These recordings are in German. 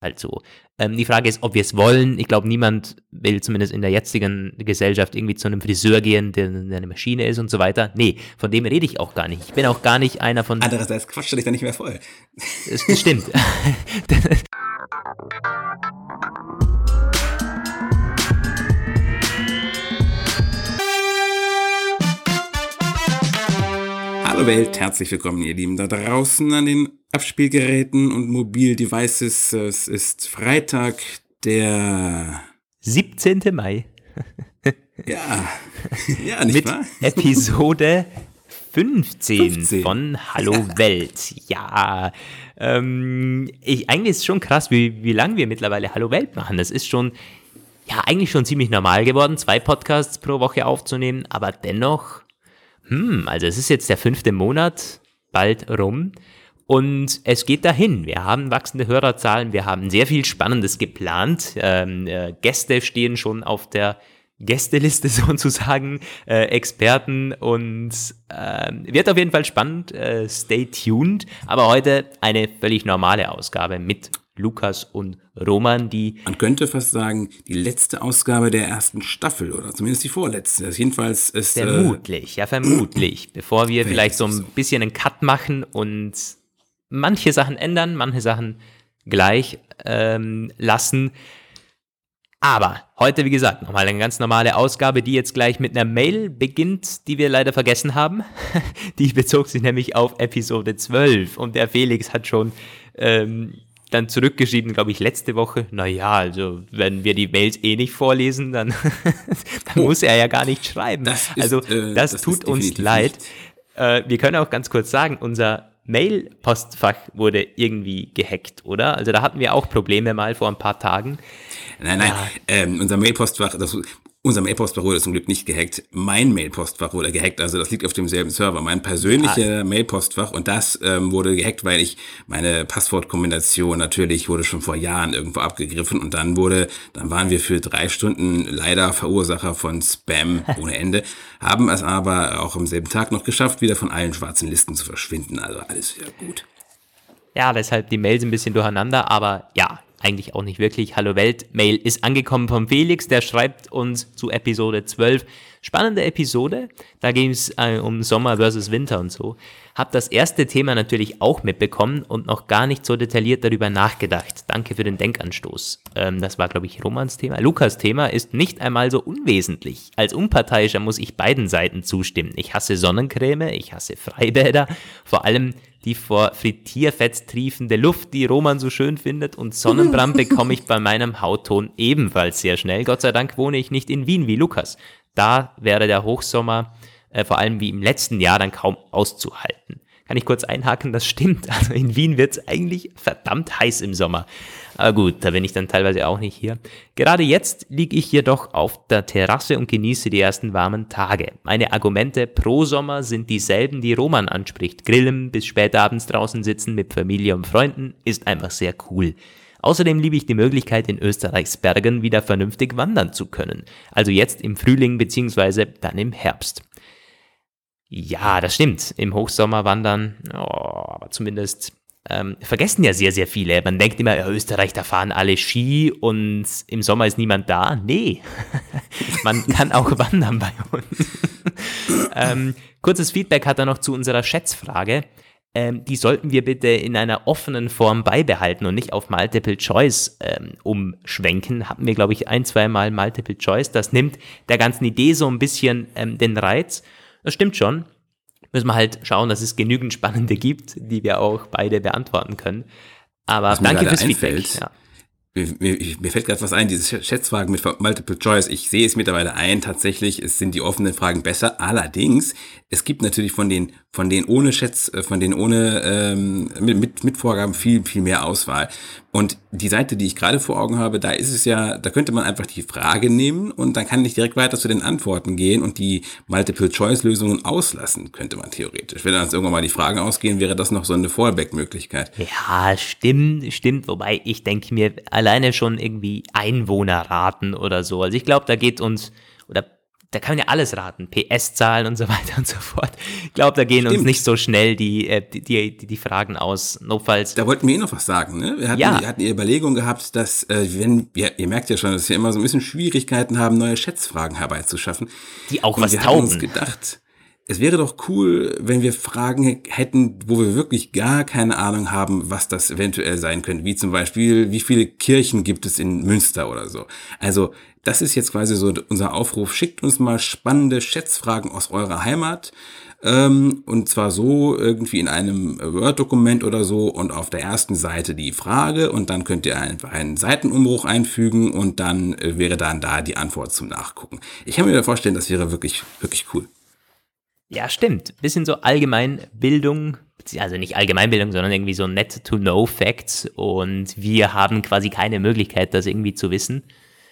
halt so. Die Frage ist, ob wir es wollen. Ich glaube, niemand will zumindest in der jetzigen Gesellschaft irgendwie zu einem Friseur gehen, der eine Maschine ist und so weiter. Nee, von dem rede ich auch gar nicht. Ich bin auch gar nicht einer von... Andererseits quatscht du dich da nicht mehr voll. Das stimmt. Hallo Welt, herzlich willkommen ihr Lieben da draußen an den Abspielgeräten und Mobildevices. Es ist Freitag, der 17. Mai. Ja, nicht mit wahr? Episode 15 von Hallo Welt. Ja, eigentlich ist es schon krass, wie lange wir mittlerweile Hallo Welt machen. Das ist schon, eigentlich schon ziemlich normal geworden, 2 Podcasts pro Woche aufzunehmen, aber dennoch, also es ist jetzt der 5. Monat, bald rum. Und es geht dahin. Wir haben wachsende Hörerzahlen, wir haben sehr viel Spannendes geplant. Gäste stehen schon auf der Gästeliste sozusagen, Experten, und wird auf jeden Fall spannend. Stay tuned. Aber heute eine völlig normale Ausgabe mit Lukas und Roman, man könnte fast sagen, die letzte Ausgabe der ersten Staffel oder zumindest die vorletzte. Das jedenfalls ist vermutlich, bevor wir vielleicht so ein bisschen einen Cut machen und manche Sachen ändern, manche Sachen gleich lassen. Aber heute, wie gesagt, nochmal eine ganz normale Ausgabe, die jetzt gleich mit einer Mail beginnt, die wir leider vergessen haben. Die bezog sich nämlich auf Episode 12 und der Felix hat schon dann zurückgeschrieben, glaube ich, letzte Woche. Naja, also wenn wir die Mails nicht vorlesen, dann muss er ja gar nicht schreiben. Das tut uns leid. Wir können auch ganz kurz sagen, unser Mail-Postfach wurde irgendwie gehackt, oder? Also da hatten wir auch Probleme mal vor ein paar Tagen. Nein, unser Mail-Postfach wurde zum Glück nicht gehackt. Mein Mail-Postfach wurde gehackt, also das liegt auf demselben Server. Mein persönlicher Mail-Postfach, und das wurde gehackt, weil meine Passwortkombination natürlich wurde schon vor Jahren irgendwo abgegriffen, und dann waren wir für 3 Stunden leider Verursacher von Spam ohne Ende, haben es aber auch am selben Tag noch geschafft, wieder von allen schwarzen Listen zu verschwinden. Also alles wieder gut. Ja, deshalb die Mails ein bisschen durcheinander, aber ja, eigentlich auch nicht wirklich. Hallo Welt, Mail ist angekommen vom Felix, der schreibt uns zu Episode 12. Spannende Episode, da ging es um Sommer versus Winter und so. Hab das erste Thema natürlich auch mitbekommen und noch gar nicht so detailliert darüber nachgedacht. Danke für den Denkanstoß. Das war, glaube ich, Romans Thema. Lukas Thema ist nicht einmal so unwesentlich. Als Unparteiischer muss ich beiden Seiten zustimmen. Ich hasse Sonnencreme, ich hasse Freibäder, vor allem die vor Frittierfett triefende Luft, die Roman so schön findet, und Sonnenbrand bekomme ich bei meinem Hautton ebenfalls sehr schnell. Gott sei Dank wohne ich nicht in Wien wie Lukas. Da wäre der Hochsommer, vor allem wie im letzten Jahr, dann kaum auszuhalten. Kann ich kurz einhaken, das stimmt. Also in Wien wird es eigentlich verdammt heiß im Sommer. Aber gut, da bin ich dann teilweise auch nicht hier. Gerade jetzt liege ich jedoch auf der Terrasse und genieße die ersten warmen Tage. Meine Argumente pro Sommer sind dieselben, die Roman anspricht. Grillen, bis spät abends draußen sitzen mit Familie und Freunden ist einfach sehr cool. Außerdem liebe ich die Möglichkeit, in Österreichs Bergen wieder vernünftig wandern zu können. Also jetzt im Frühling bzw. dann im Herbst. Ja, das stimmt. Im Hochsommer wandern, aber zumindest vergessen ja sehr, sehr viele. Man denkt immer, ja, Österreich, da fahren alle Ski und im Sommer ist niemand da. Nee, man kann auch wandern bei uns. Kurzes Feedback hat er noch zu unserer Schätzfrage. Die sollten wir bitte in einer offenen Form beibehalten und nicht auf Multiple Choice umschwenken. Hatten wir, glaube ich, 1-2 Mal Multiple Choice. Das nimmt der ganzen Idee so ein bisschen den Reiz. Das stimmt schon. Müssen wir halt schauen, dass es genügend Spannende gibt, die wir auch beide beantworten können. Aber danke fürs Feedback. Ja. Mir fällt gerade was ein, diese Schätzfragen mit Multiple Choice, ich sehe es mittlerweile ein, tatsächlich, es sind die offenen Fragen besser, allerdings, es gibt natürlich von den ohne mit Vorgaben viel, viel mehr Auswahl. Und die Seite, die ich gerade vor Augen habe, da ist es ja, da könnte man einfach die Frage nehmen und dann kann ich direkt weiter zu den Antworten gehen und die Multiple-Choice-Lösungen auslassen, könnte man theoretisch. Wenn dann irgendwann mal die Fragen ausgehen, wäre das noch so eine Fallback-Möglichkeit. Ja, stimmt. Wobei ich denke mir alleine schon irgendwie Einwohnerraten oder so. Also ich glaube, da geht uns, oder da kann man ja alles raten, PS-Zahlen und so weiter und so fort. Ich glaube, da gehen uns nicht so schnell die Fragen aus, notfalls. Da wollten wir noch was sagen, ne? Wir hatten die Überlegung gehabt, dass, ihr merkt ja schon, dass wir immer so ein bisschen Schwierigkeiten haben, neue Schätzfragen herbeizuschaffen. Die auch was taugen. Wir haben uns gedacht, es wäre doch cool, wenn wir Fragen hätten, wo wir wirklich gar keine Ahnung haben, was das eventuell sein könnte. Wie zum Beispiel, wie viele Kirchen gibt es in Münster oder so. Also das ist jetzt quasi so unser Aufruf. Schickt uns mal spannende Schätzfragen aus eurer Heimat. Und zwar so irgendwie in einem Word-Dokument oder so und auf der ersten Seite die Frage und dann könnt ihr einfach einen Seitenumbruch einfügen und dann wäre dann da die Antwort zum Nachgucken. Ich kann mir vorstellen, das wäre wirklich, wirklich cool. Ja, stimmt. Bisschen so Allgemeinbildung, also nicht Allgemeinbildung, sondern irgendwie so Net-to-Know-Facts und wir haben quasi keine Möglichkeit, das irgendwie zu wissen.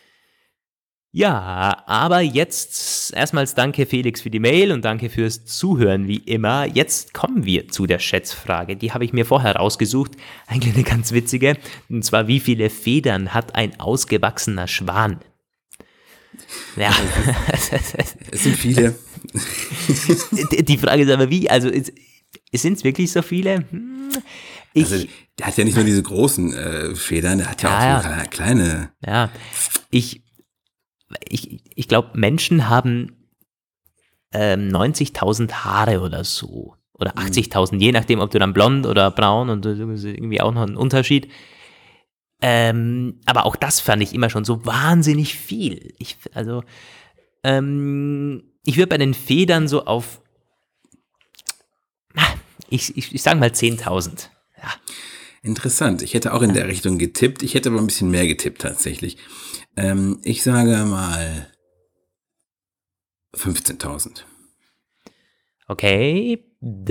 Ja, aber jetzt erstmals danke Felix für die Mail und danke fürs Zuhören wie immer. Jetzt kommen wir zu der Schätzfrage. Die habe ich mir vorher rausgesucht. Eigentlich eine ganz witzige. Und zwar, wie viele Federn hat ein ausgewachsener Schwan? Ja. Es sind viele. Die Frage ist aber wie? Also sind es wirklich so viele? Also der hat ja nicht nur diese großen Federn, der hat ja auch so kleine. Ja, ich glaube, Menschen haben 90.000 Haare oder so. Oder 80.000, je nachdem, ob du dann blond oder braun und das ist irgendwie auch noch ein Unterschied. Aber auch das fand ich immer schon so wahnsinnig viel. Ich würde bei den Federn so auf, ich sage mal 10.000. Ja. Interessant. Ich hätte auch in der Richtung getippt. Ich hätte aber ein bisschen mehr getippt tatsächlich. Ich sage mal 15.000. Okay.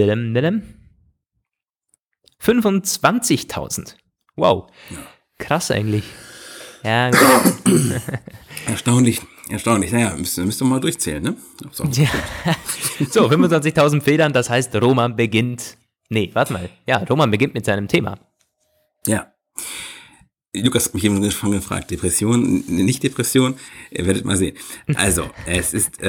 25.000. Wow. Ja. Krass eigentlich. Ja. Erstaunlich. Naja, müsst ihr mal durchzählen, ne? So, 25.000 Federn, das heißt, Roman beginnt mit seinem Thema. Ja. Lukas hat mich eben schon gefragt, Depression, nicht Depression, ihr werdet mal sehen. Also, es ist,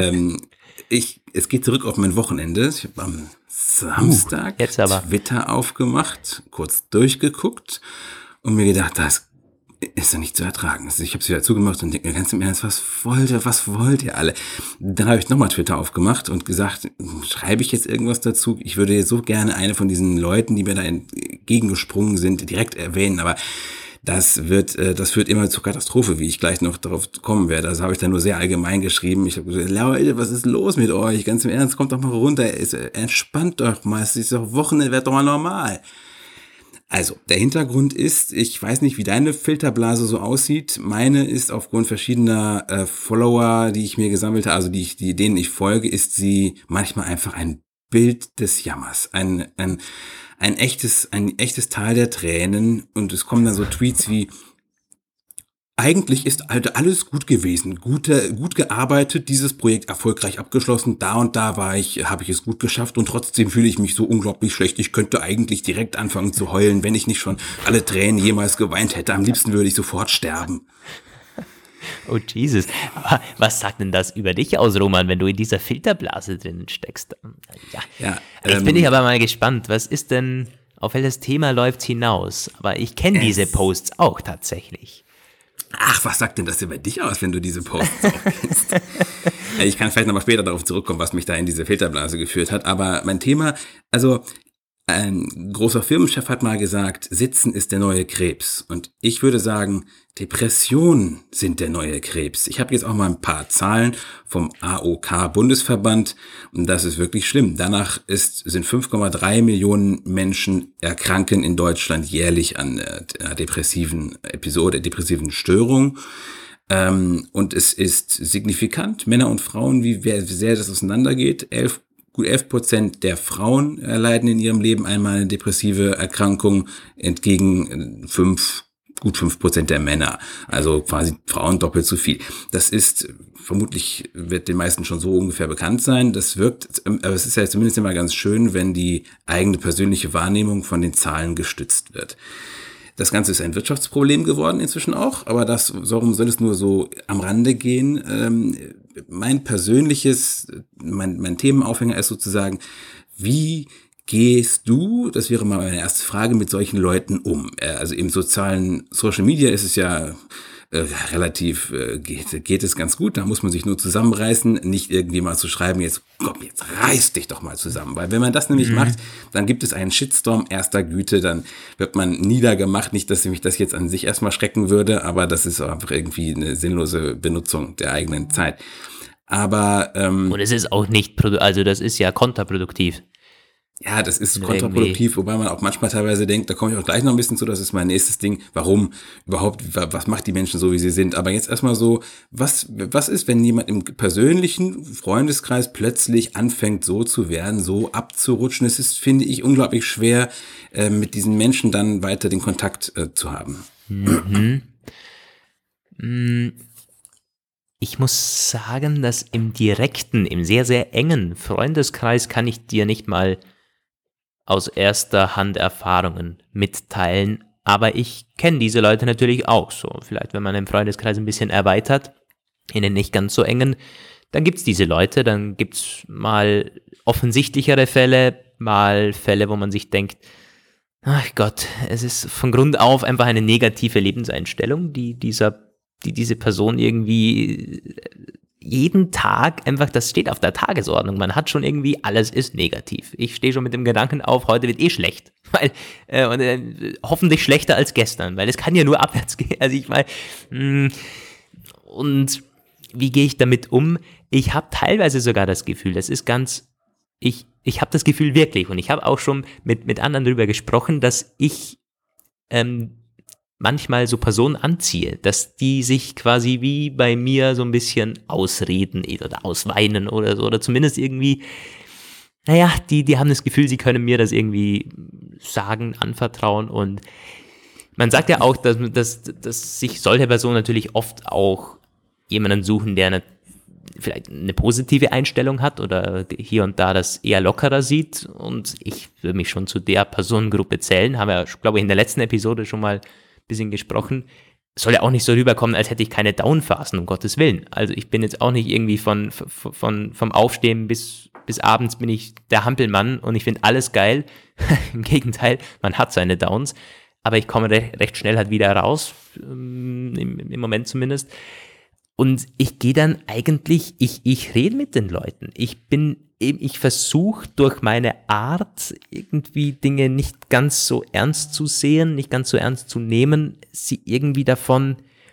es geht zurück auf mein Wochenende. Ich habe am Samstag Twitter aufgemacht, kurz durchgeguckt und mir gedacht, das ist doch nicht zu ertragen. Also ich habe es wieder zugemacht und denke mir ganz im Ernst, was wollt ihr alle? Dann habe ich nochmal Twitter aufgemacht und gesagt, schreibe ich jetzt irgendwas dazu? Ich würde jetzt so gerne eine von diesen Leuten, die mir da entgegengesprungen sind, direkt erwähnen, aber das führt immer zur Katastrophe, wie ich gleich noch darauf kommen werde. Also habe ich dann nur sehr allgemein geschrieben. Ich habe gesagt, Leute, was ist los mit euch? Ganz im Ernst, kommt doch mal runter, entspannt doch mal, es ist doch Wochenende, wird doch mal normal. Also, der Hintergrund ist, ich weiß nicht, wie deine Filterblase so aussieht. Meine ist aufgrund verschiedener Follower, die ich mir gesammelt habe, also denen ich folge, ist sie manchmal einfach ein Bild des Jammers. Ein echtes Tal der Tränen. Und es kommen dann so Tweets wie, eigentlich ist alles gut gewesen, gut gearbeitet, dieses Projekt erfolgreich abgeschlossen, da und da habe ich es gut geschafft und trotzdem fühle ich mich so unglaublich schlecht, ich könnte eigentlich direkt anfangen zu heulen, wenn ich nicht schon alle Tränen jemals geweint hätte, am liebsten würde ich sofort sterben. Oh Jesus, aber was sagt denn das über dich aus, Roman, wenn du in dieser Filterblase drin steckst? Ja, jetzt bin ich aber mal gespannt, was ist denn, auf welches Thema läuft's hinaus? Aber ich kenne diese Posts auch tatsächlich. Ach, was sagt denn das über dich aus, wenn du diese Posts auch kennst? Ich kann vielleicht nochmal später darauf zurückkommen, was mich da in diese Filterblase geführt hat. Aber mein Thema, also ein großer Firmenchef hat mal gesagt, Sitzen ist der neue Krebs. Und ich würde sagen, Depressionen sind der neue Krebs. Ich habe jetzt auch mal ein paar Zahlen vom AOK-Bundesverband und das ist wirklich schlimm. Danach sind 5,3 Millionen Menschen erkranken in Deutschland jährlich an einer depressiven Episode, depressiven Störung. Und es ist signifikant, Männer und Frauen, wie sehr das auseinandergeht. 11% der Frauen erleiden in ihrem Leben einmal eine depressive Erkrankung entgegen 5% der Männer. Also quasi Frauen doppelt so viel. Das ist, vermutlich wird den meisten schon so ungefähr bekannt sein. Das wirkt, aber es ist ja zumindest immer ganz schön, wenn die eigene persönliche Wahrnehmung von den Zahlen gestützt wird. Das Ganze ist ein Wirtschaftsproblem geworden inzwischen auch, aber darum soll es nur so am Rande gehen. mein Themenaufhänger ist sozusagen, wie gehst du, das wäre mal meine erste Frage, mit solchen Leuten um? Also im sozialen Social Media ist es ja relativ, geht es ganz gut, da muss man sich nur zusammenreißen, nicht irgendwie mal zu schreiben, jetzt komm, jetzt reiß dich doch mal zusammen, weil wenn man das nämlich macht, dann gibt es einen Shitstorm erster Güte, dann wird man niedergemacht, nicht, dass mich das jetzt an sich erstmal schrecken würde, aber das ist auch einfach irgendwie eine sinnlose Benutzung der eigenen Zeit. Aber und es ist auch nicht, also das ist ja kontraproduktiv. Ja, das ist kontraproduktiv, wobei man auch manchmal teilweise denkt, da komme ich auch gleich noch ein bisschen zu, das ist mein nächstes Ding, warum überhaupt, was macht die Menschen so, wie sie sind, aber jetzt erstmal so, was ist, wenn jemand im persönlichen Freundeskreis plötzlich anfängt so zu werden, so abzurutschen, es ist, finde ich, unglaublich schwer, mit diesen Menschen dann weiter den Kontakt zu haben. Ich muss sagen, dass im direkten, im sehr, sehr engen Freundeskreis kann ich dir nicht mal aus erster Hand Erfahrungen mitteilen, aber ich kenne diese Leute natürlich auch so. Vielleicht, wenn man den Freundeskreis ein bisschen erweitert, in den nicht ganz so engen, dann gibt's diese Leute, dann gibt's mal offensichtlichere Fälle, mal Fälle, wo man sich denkt, ach Gott, es ist von Grund auf einfach eine negative Lebenseinstellung, die diese Person irgendwie jeden Tag einfach, das steht auf der Tagesordnung. Man hat schon irgendwie, alles ist negativ. Ich stehe schon mit dem Gedanken auf, heute wird schlecht. Weil, hoffentlich schlechter als gestern, weil es kann ja nur abwärts gehen. Also ich meine, und wie gehe ich damit um? Ich habe teilweise sogar das Gefühl, das ist ganz, ich habe das Gefühl wirklich, und ich habe auch schon mit anderen darüber gesprochen, dass ich manchmal so Personen anziehe, dass die sich quasi wie bei mir so ein bisschen ausreden oder ausweinen oder so, oder zumindest irgendwie, naja, die haben das Gefühl, sie können mir das irgendwie sagen, anvertrauen, und man sagt ja auch, dass sich solche Personen natürlich oft auch jemanden suchen, der vielleicht eine positive Einstellung hat oder hier und da das eher lockerer sieht, und ich würde mich schon zu der Personengruppe zählen, haben wir, glaube ich, in der letzten Episode schon mal bisschen gesprochen, soll ja auch nicht so rüberkommen, als hätte ich keine Downphasen, um Gottes Willen. Also ich bin jetzt auch nicht irgendwie vom Aufstehen bis abends bin ich der Hampelmann und ich finde alles geil. Im Gegenteil, man hat seine Downs, aber ich komme recht schnell halt wieder raus, im Moment zumindest. Und ich gehe dann eigentlich, ich rede mit den Leuten. Ich versuche durch meine Art irgendwie Dinge nicht ganz so ernst zu sehen, nicht ganz so ernst zu nehmen, sie irgendwie davon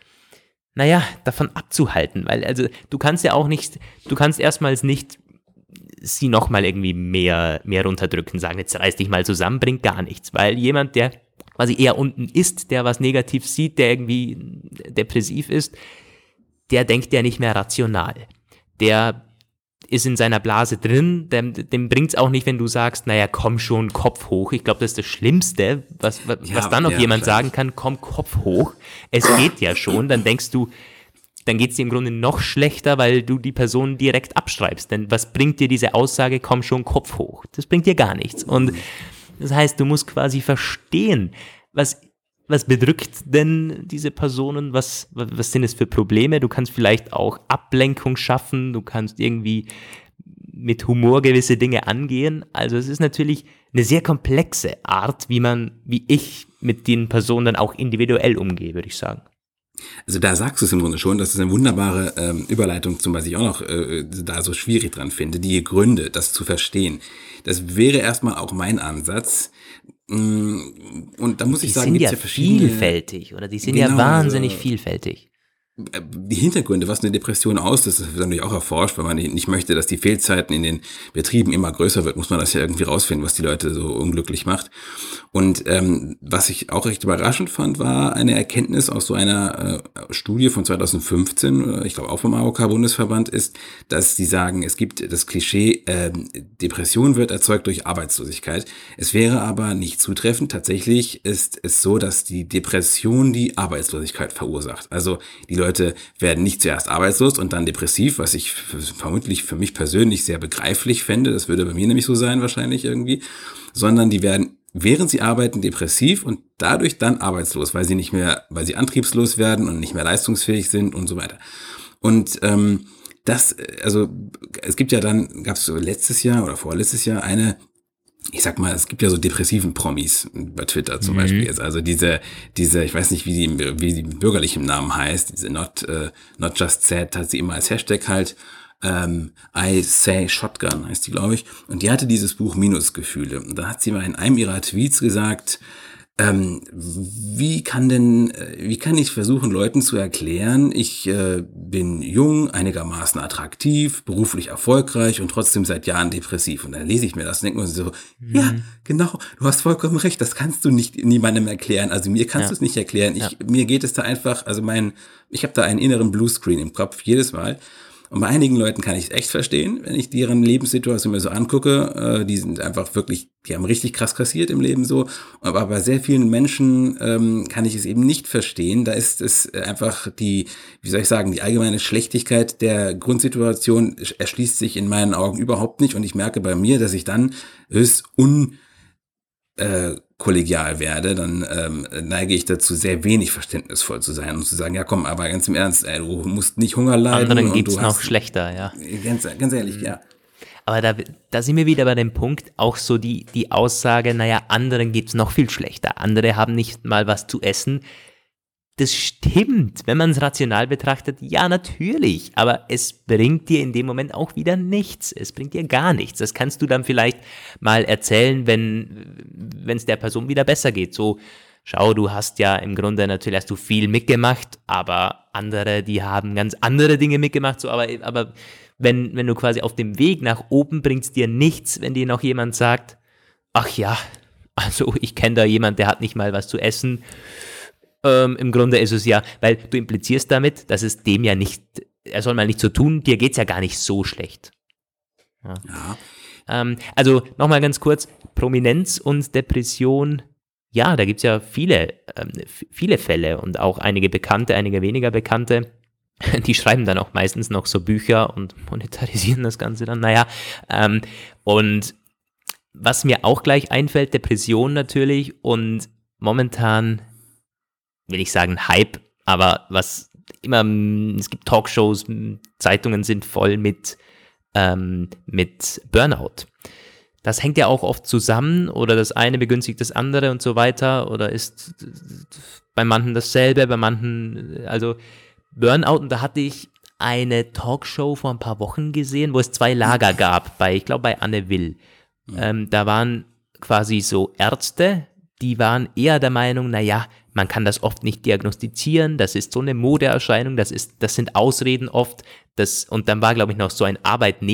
abzuhalten, weil also du kannst erstmals nicht sie nochmal irgendwie mehr runterdrücken, sagen, jetzt reiß dich mal zusammen, bringt gar nichts, weil jemand, der quasi eher unten ist, der was negativ sieht, der irgendwie depressiv ist, der denkt ja nicht mehr rational. Der ist in seiner Blase drin, dem bringt's auch nicht, wenn du sagst, naja, komm schon, Kopf hoch. Ich glaube, das ist das Schlimmste, was dann noch jemand sagen kann, komm, Kopf hoch. Es geht ja schon, dann denkst du, dann geht's dir im Grunde noch schlechter, weil du die Person direkt abschreibst. Denn was bringt dir diese Aussage, komm schon, Kopf hoch? Das bringt dir gar nichts. Und das heißt, du musst quasi verstehen, was bedrückt denn diese Personen? Was sind es für Probleme? Du kannst vielleicht auch Ablenkung schaffen. Du kannst irgendwie mit Humor gewisse Dinge angehen. Also es ist natürlich eine sehr komplexe Art, wie ich mit den Personen dann auch individuell umgehe, würde ich sagen. Also da sagst du es im Grunde schon, das ist eine wunderbare Überleitung, zum was ich auch noch da so schwierig dran finde, die Gründe, das zu verstehen. Das wäre erstmal auch mein Ansatz. Und da muss ich sagen, gibt's ja verschiedene, vielfältig, oder die sind ja wahnsinnig vielfältig. Die Hintergründe, was eine Depression auslöst, das wird natürlich auch erforscht, weil man nicht möchte, dass die Fehlzeiten in den Betrieben immer größer wird, muss man das ja irgendwie rausfinden, was die Leute so unglücklich macht. Und was ich auch recht überraschend fand, war eine Erkenntnis aus so einer Studie von 2015, ich glaube auch vom AOK-Bundesverband, ist, dass sie sagen, es gibt das Klischee, Depression wird erzeugt durch Arbeitslosigkeit. Es wäre aber nicht zutreffend. Tatsächlich ist es so, dass die Depression die Arbeitslosigkeit verursacht. Also die Leute werden nicht zuerst arbeitslos und dann depressiv, was ich vermutlich für mich persönlich sehr begreiflich fände. Das würde bei mir nämlich so sein wahrscheinlich irgendwie. Sondern die werden, während sie arbeiten, depressiv und dadurch dann arbeitslos, weil sie antriebslos werden und nicht mehr leistungsfähig sind und so weiter. Und also es gibt ja dann, gab es so letztes Jahr oder vorletztes Jahr ich sag mal, es gibt ja so depressiven Promis bei Twitter zum Beispiel jetzt. Also diese, ich weiß nicht, wie die bürgerlich im Namen heißt, diese Not Just Sad hat sie immer als Hashtag halt, I Say Shotgun heißt die, glaube ich. Und die hatte dieses Buch Minusgefühle. Und da hat sie mal in einem ihrer Tweets gesagt, wie kann ich versuchen, Leuten zu erklären, ich bin jung, einigermaßen attraktiv, beruflich erfolgreich und trotzdem seit Jahren depressiv. Und dann lese ich mir das und denke mir so, ja, genau, du hast vollkommen recht, das kannst du niemandem erklären. Also mir kannst du es nicht erklären. Mir geht es da einfach, ich habe da einen inneren Bluescreen im Kopf, jedes Mal. Und bei einigen Leuten kann ich es echt verstehen, wenn ich deren Lebenssituation mir so angucke. Die sind einfach wirklich, die haben richtig krass kassiert im Leben so. Aber bei sehr vielen Menschen kann ich es eben nicht verstehen. Da ist es einfach die allgemeine Schlechtigkeit der Grundsituation erschließt sich in meinen Augen überhaupt nicht. Und ich merke bei mir, dass ich dann höchst kollegial werde, dann neige ich dazu, sehr wenig verständnisvoll zu sein und zu sagen, ja komm, aber ganz im Ernst, du musst nicht Hunger leiden. Anderen geht's noch schlechter, ja. Ganz ehrlich, ja. Aber da sind wir wieder bei dem Punkt, auch so die Aussage, naja, anderen geht's noch viel schlechter. Andere haben nicht mal was zu essen. Das stimmt, wenn man es rational betrachtet, ja, natürlich, aber es bringt dir in dem Moment auch wieder nichts. Es bringt dir gar nichts. Das kannst du dann vielleicht mal erzählen, wenn es der Person wieder besser geht. So, schau, du hast ja im Grunde natürlich hast du viel mitgemacht, aber andere, die haben ganz andere Dinge mitgemacht. So, aber wenn du quasi auf dem Weg nach oben bringt's dir nichts, wenn dir noch jemand sagt, ach ja, also ich kenne da jemand, der hat nicht mal was zu essen. Im Grunde ist es ja, weil du implizierst damit, dass es dem ja nicht, er soll mal nicht so tun, dir geht's ja gar nicht so schlecht. Ja. Also nochmal ganz kurz, Prominenz und Depression, ja, da gibt's ja viele Fälle und auch einige Bekannte, einige weniger Bekannte, die schreiben dann auch meistens noch so Bücher und monetarisieren das Ganze dann, und was mir auch gleich einfällt, Depression natürlich und momentan will ich sagen Hype, aber es gibt Talkshows, Zeitungen sind voll mit Burnout. Das hängt ja auch oft zusammen oder das eine begünstigt das andere und so weiter oder ist bei manchen dasselbe, bei manchen, also Burnout, und da hatte ich eine Talkshow vor ein paar Wochen gesehen, wo es 2 Lager gab, ich glaube bei Anne Will. Da waren quasi so Ärzte, die waren eher der Meinung, naja, man kann das oft nicht diagnostizieren, das ist so eine Modeerscheinung, das sind Ausreden oft, und dann war, glaube ich, noch so ein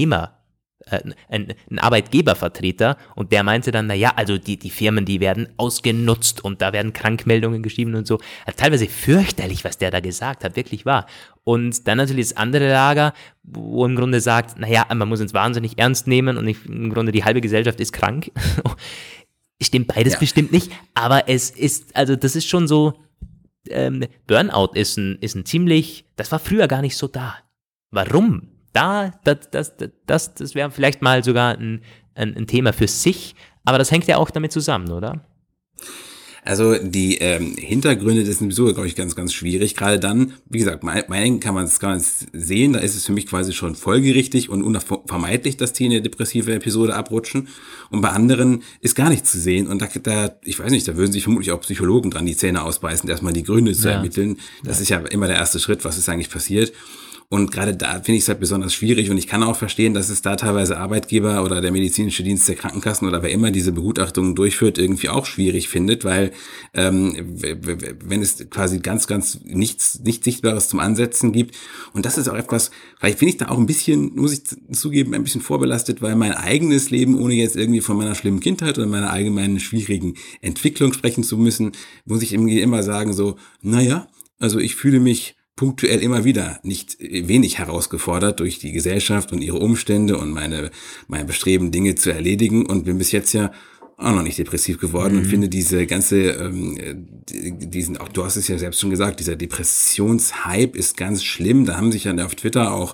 ein Arbeitgebervertreter und der meinte dann, naja, also die Firmen, die werden ausgenutzt und da werden Krankmeldungen geschrieben und so. Also teilweise fürchterlich, was der da gesagt hat, wirklich wahr. Und dann natürlich das andere Lager, wo im Grunde sagt, naja, man muss uns wahnsinnig ernst nehmen und im Grunde die halbe Gesellschaft ist krank. Stimmt beides bestimmt nicht, aber das ist schon so, Burnout ist ein ziemlich, das war früher gar nicht so da. Warum? Das wäre vielleicht mal sogar ein Thema für sich, aber das hängt ja auch damit zusammen, oder? Also die Hintergründe, das sind sowieso, glaube ich, ganz, ganz schwierig. Gerade dann, wie gesagt, meinen kann man es sehen, da ist es für mich quasi schon folgerichtig und unvermeidlich, dass die in eine depressive Episode abrutschen. Und bei anderen ist gar nichts zu sehen. Und ich weiß nicht, da würden sich vermutlich auch Psychologen dran die Zähne ausbeißen, erstmal die Gründe zu ermitteln. Das ist ja immer der erste Schritt, was ist eigentlich passiert. Und gerade da finde ich es halt besonders schwierig und ich kann auch verstehen, dass es da teilweise Arbeitgeber oder der medizinische Dienst der Krankenkassen oder wer immer diese Begutachtungen durchführt, irgendwie auch schwierig findet, weil wenn es quasi ganz, ganz nichts Sichtbares zum Ansetzen gibt. Und das ist auch etwas, vielleicht bin ich da auch ein bisschen, muss ich zugeben, ein bisschen vorbelastet, weil mein eigenes Leben, ohne jetzt irgendwie von meiner schlimmen Kindheit oder meiner allgemeinen schwierigen Entwicklung sprechen zu müssen, muss ich irgendwie immer sagen so, naja, also ich fühle mich punktuell immer wieder nicht wenig herausgefordert durch die Gesellschaft und ihre Umstände und mein Bestreben, Dinge zu erledigen und bin bis jetzt ja auch noch nicht depressiv geworden und finde diese ganze, auch du hast es ja selbst schon gesagt, dieser Depressionshype ist ganz schlimm. Da haben sich ja auf Twitter auch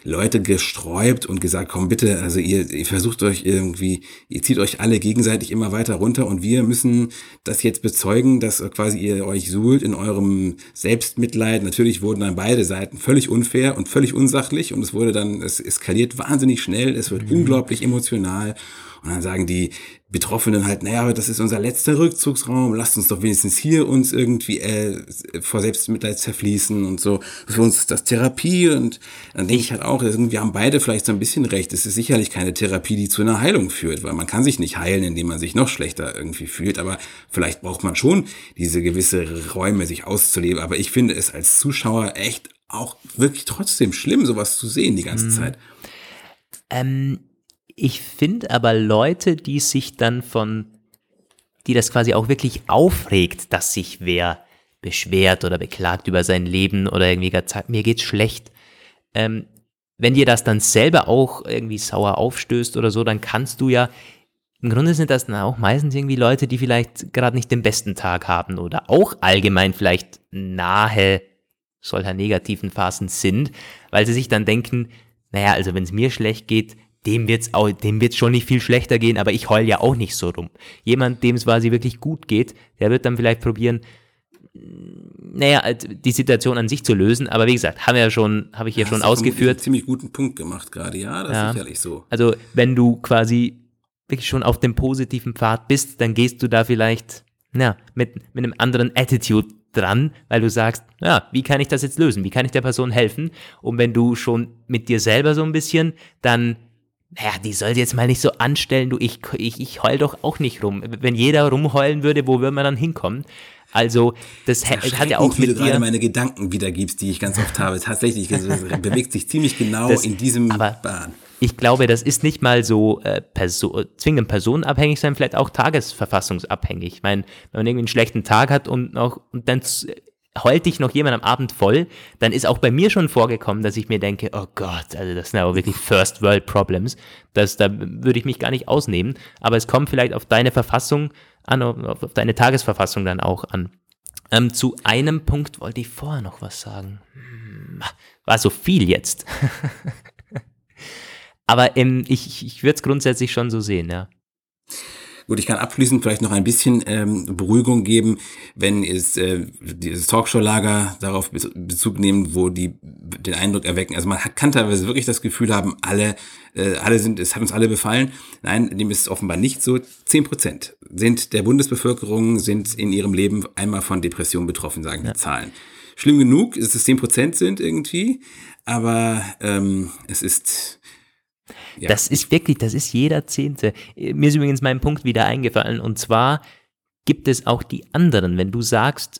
Leute gesträubt und gesagt, komm bitte, also ihr versucht euch irgendwie, ihr zieht euch alle gegenseitig immer weiter runter und wir müssen das jetzt bezeugen, dass quasi ihr euch suhlt in eurem Selbstmitleid. Natürlich wurden dann beide Seiten völlig unfair und völlig unsachlich und es eskaliert wahnsinnig schnell, es wird unglaublich emotional. Und dann sagen die Betroffenen halt, naja, das ist unser letzter Rückzugsraum, lasst uns doch wenigstens hier uns irgendwie vor Selbstmitleid zerfließen und so. Für uns ist das Therapie und dann denke ich halt auch, wir haben beide vielleicht so ein bisschen recht. Es ist sicherlich keine Therapie, die zu einer Heilung führt, weil man kann sich nicht heilen, indem man sich noch schlechter irgendwie fühlt, aber vielleicht braucht man schon diese gewisse Räume, sich auszuleben. Aber ich finde es als Zuschauer echt auch wirklich trotzdem schlimm, sowas zu sehen die ganze Zeit. Ich finde aber Leute, die das quasi auch wirklich aufregt, dass sich wer beschwert oder beklagt über sein Leben oder irgendwie sagt, mir geht's schlecht. Wenn dir das dann selber auch irgendwie sauer aufstößt oder so, dann kannst du ja, im Grunde sind das dann auch meistens irgendwie Leute, die vielleicht gerade nicht den besten Tag haben oder auch allgemein vielleicht nahe solcher negativen Phasen sind, weil sie sich dann denken, naja, also wenn es mir schlecht geht, dem wird's schon nicht viel schlechter gehen, aber ich heul ja auch nicht so rum. Jemand, dem es quasi wirklich gut geht, der wird dann vielleicht probieren, die Situation an sich zu lösen, aber wie gesagt, habe ich ja schon ausgeführt. Einen ziemlich guten Punkt gemacht gerade, ja, das ist sicherlich so. Also, wenn du quasi wirklich schon auf dem positiven Pfad bist, dann gehst du da vielleicht, mit einem anderen Attitude dran, weil du sagst, wie kann ich das jetzt lösen? Wie kann ich der Person helfen? Und wenn du schon mit dir selber so ein bisschen, dann die soll jetzt mal nicht so anstellen, ich heul doch auch nicht rum. Wenn jeder rumheulen würde, wo würde man dann hinkommen? Also, das hat ja auch mit dir... Wie du gerade meine Gedanken wiedergibst, die ich ganz oft habe. Tatsächlich, das bewegt sich ziemlich genau in diesem Bahn. Ich glaube, das ist nicht mal so zwingend personenabhängig, sondern vielleicht auch tagesverfassungsabhängig. Ich meine, wenn man irgendwie einen schlechten Tag hat und dann heult dich noch jemand am Abend voll, dann ist auch bei mir schon vorgekommen, dass ich mir denke, oh Gott, also das sind aber wirklich First World Problems, da würde ich mich gar nicht ausnehmen, aber es kommt vielleicht auf deine Verfassung an, auf deine Tagesverfassung dann auch an. Zu einem Punkt wollte ich vorher noch was sagen. War so viel jetzt. Aber ich würde es grundsätzlich schon so sehen, ja. Gut, ich kann abschließend vielleicht noch ein bisschen Beruhigung geben, wenn dieses Talkshow-Lager darauf Bezug nehmen, wo die den Eindruck erwecken. Also man kann teilweise wirklich das Gefühl haben, es hat uns alle befallen. Nein, dem ist es offenbar nicht so. 10% der Bundesbevölkerung sind in ihrem Leben einmal von Depressionen betroffen, sagen die Zahlen. Schlimm genug, dass es 10% sind irgendwie, aber es ist... Ja. Das ist jeder Zehnte. Mir ist übrigens mein Punkt wieder eingefallen und zwar gibt es auch die anderen, wenn du sagst,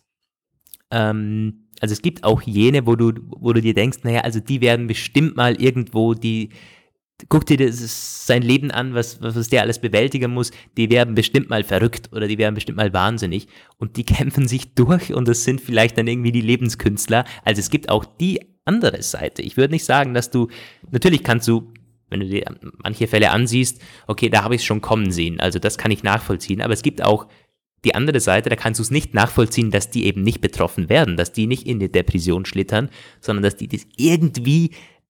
also es gibt auch jene, wo du dir denkst, also die werden bestimmt mal irgendwo, guck dir sein Leben an, was der alles bewältigen muss, die werden bestimmt mal verrückt oder die werden bestimmt mal wahnsinnig und die kämpfen sich durch und das sind vielleicht dann irgendwie die Lebenskünstler. Also es gibt auch die andere Seite. Ich würde nicht sagen, natürlich kannst du, wenn du dir manche Fälle ansiehst, okay, da habe ich es schon kommen sehen, also das kann ich nachvollziehen, aber es gibt auch die andere Seite, da kannst du es nicht nachvollziehen, dass die eben nicht betroffen werden, dass die nicht in die Depression schlittern, sondern dass die das irgendwie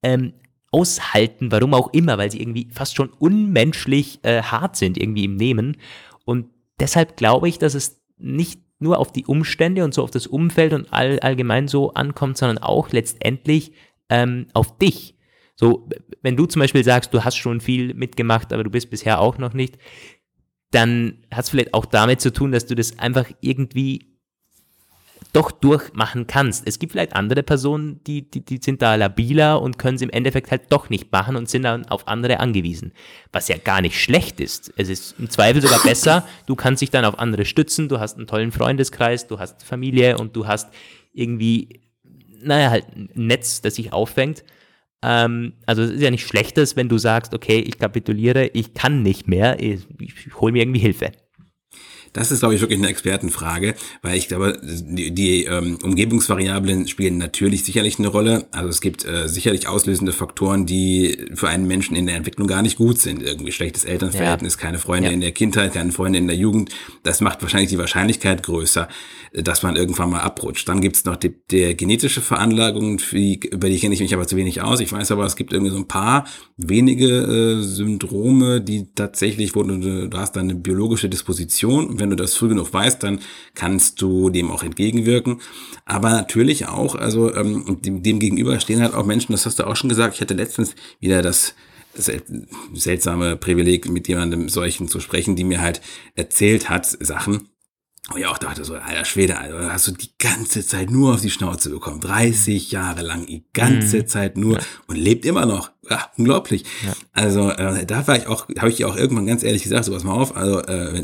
aushalten, warum auch immer, weil sie irgendwie fast schon unmenschlich hart sind irgendwie im Nehmen und deshalb glaube ich, dass es nicht nur auf die Umstände und so auf das Umfeld und allgemein so ankommt, sondern auch letztendlich auf dich. So, wenn du zum Beispiel sagst, du hast schon viel mitgemacht, aber du bist bisher auch noch nicht, dann hat es vielleicht auch damit zu tun, dass du das einfach irgendwie doch durchmachen kannst. Es gibt vielleicht andere Personen, die sind da labiler und können es im Endeffekt halt doch nicht machen und sind dann auf andere angewiesen. Was ja gar nicht schlecht ist. Es ist im Zweifel sogar besser, du kannst dich dann auf andere stützen, du hast einen tollen Freundeskreis, du hast Familie und du hast irgendwie, halt ein Netz, das sich auffängt. Also es ist ja nicht Schlechtes, wenn du sagst, okay, ich kapituliere, ich kann nicht mehr, ich hole mir irgendwie Hilfe. das ist, glaube ich, wirklich eine Expertenfrage, weil ich glaube, die Umgebungsvariablen spielen natürlich sicherlich eine Rolle. Also es gibt sicherlich auslösende Faktoren, die für einen Menschen in der Entwicklung gar nicht gut sind. Irgendwie schlechtes Elternverhältnis, keine Freunde in der Kindheit, keine Freunde in der Jugend. Das macht wahrscheinlich die Wahrscheinlichkeit größer, dass man irgendwann mal abrutscht. Dann gibt es noch die genetische Veranlagung, über die kenne ich mich aber zu wenig aus. Ich weiß aber, es gibt irgendwie so ein paar wenige Syndrome, die tatsächlich, wo du hast dann eine biologische Disposition. Und wenn du das früh genug weißt, dann kannst du dem auch entgegenwirken. Aber natürlich auch, also dem gegenüber stehen halt auch Menschen, das hast du auch schon gesagt. Ich hatte letztens wieder das seltsame Privileg, mit jemandem solchen zu sprechen, die mir halt erzählt hat Sachen. Und ich auch dachte so, alter Schwede, Alter, hast du die ganze Zeit nur auf die Schnauze bekommen. 30 Jahre lang, die ganze Zeit nur und lebt immer noch. Ja, unglaublich. Ja. Also da war ich auch, habe ich auch irgendwann ganz ehrlich gesagt, so pass mal auf, also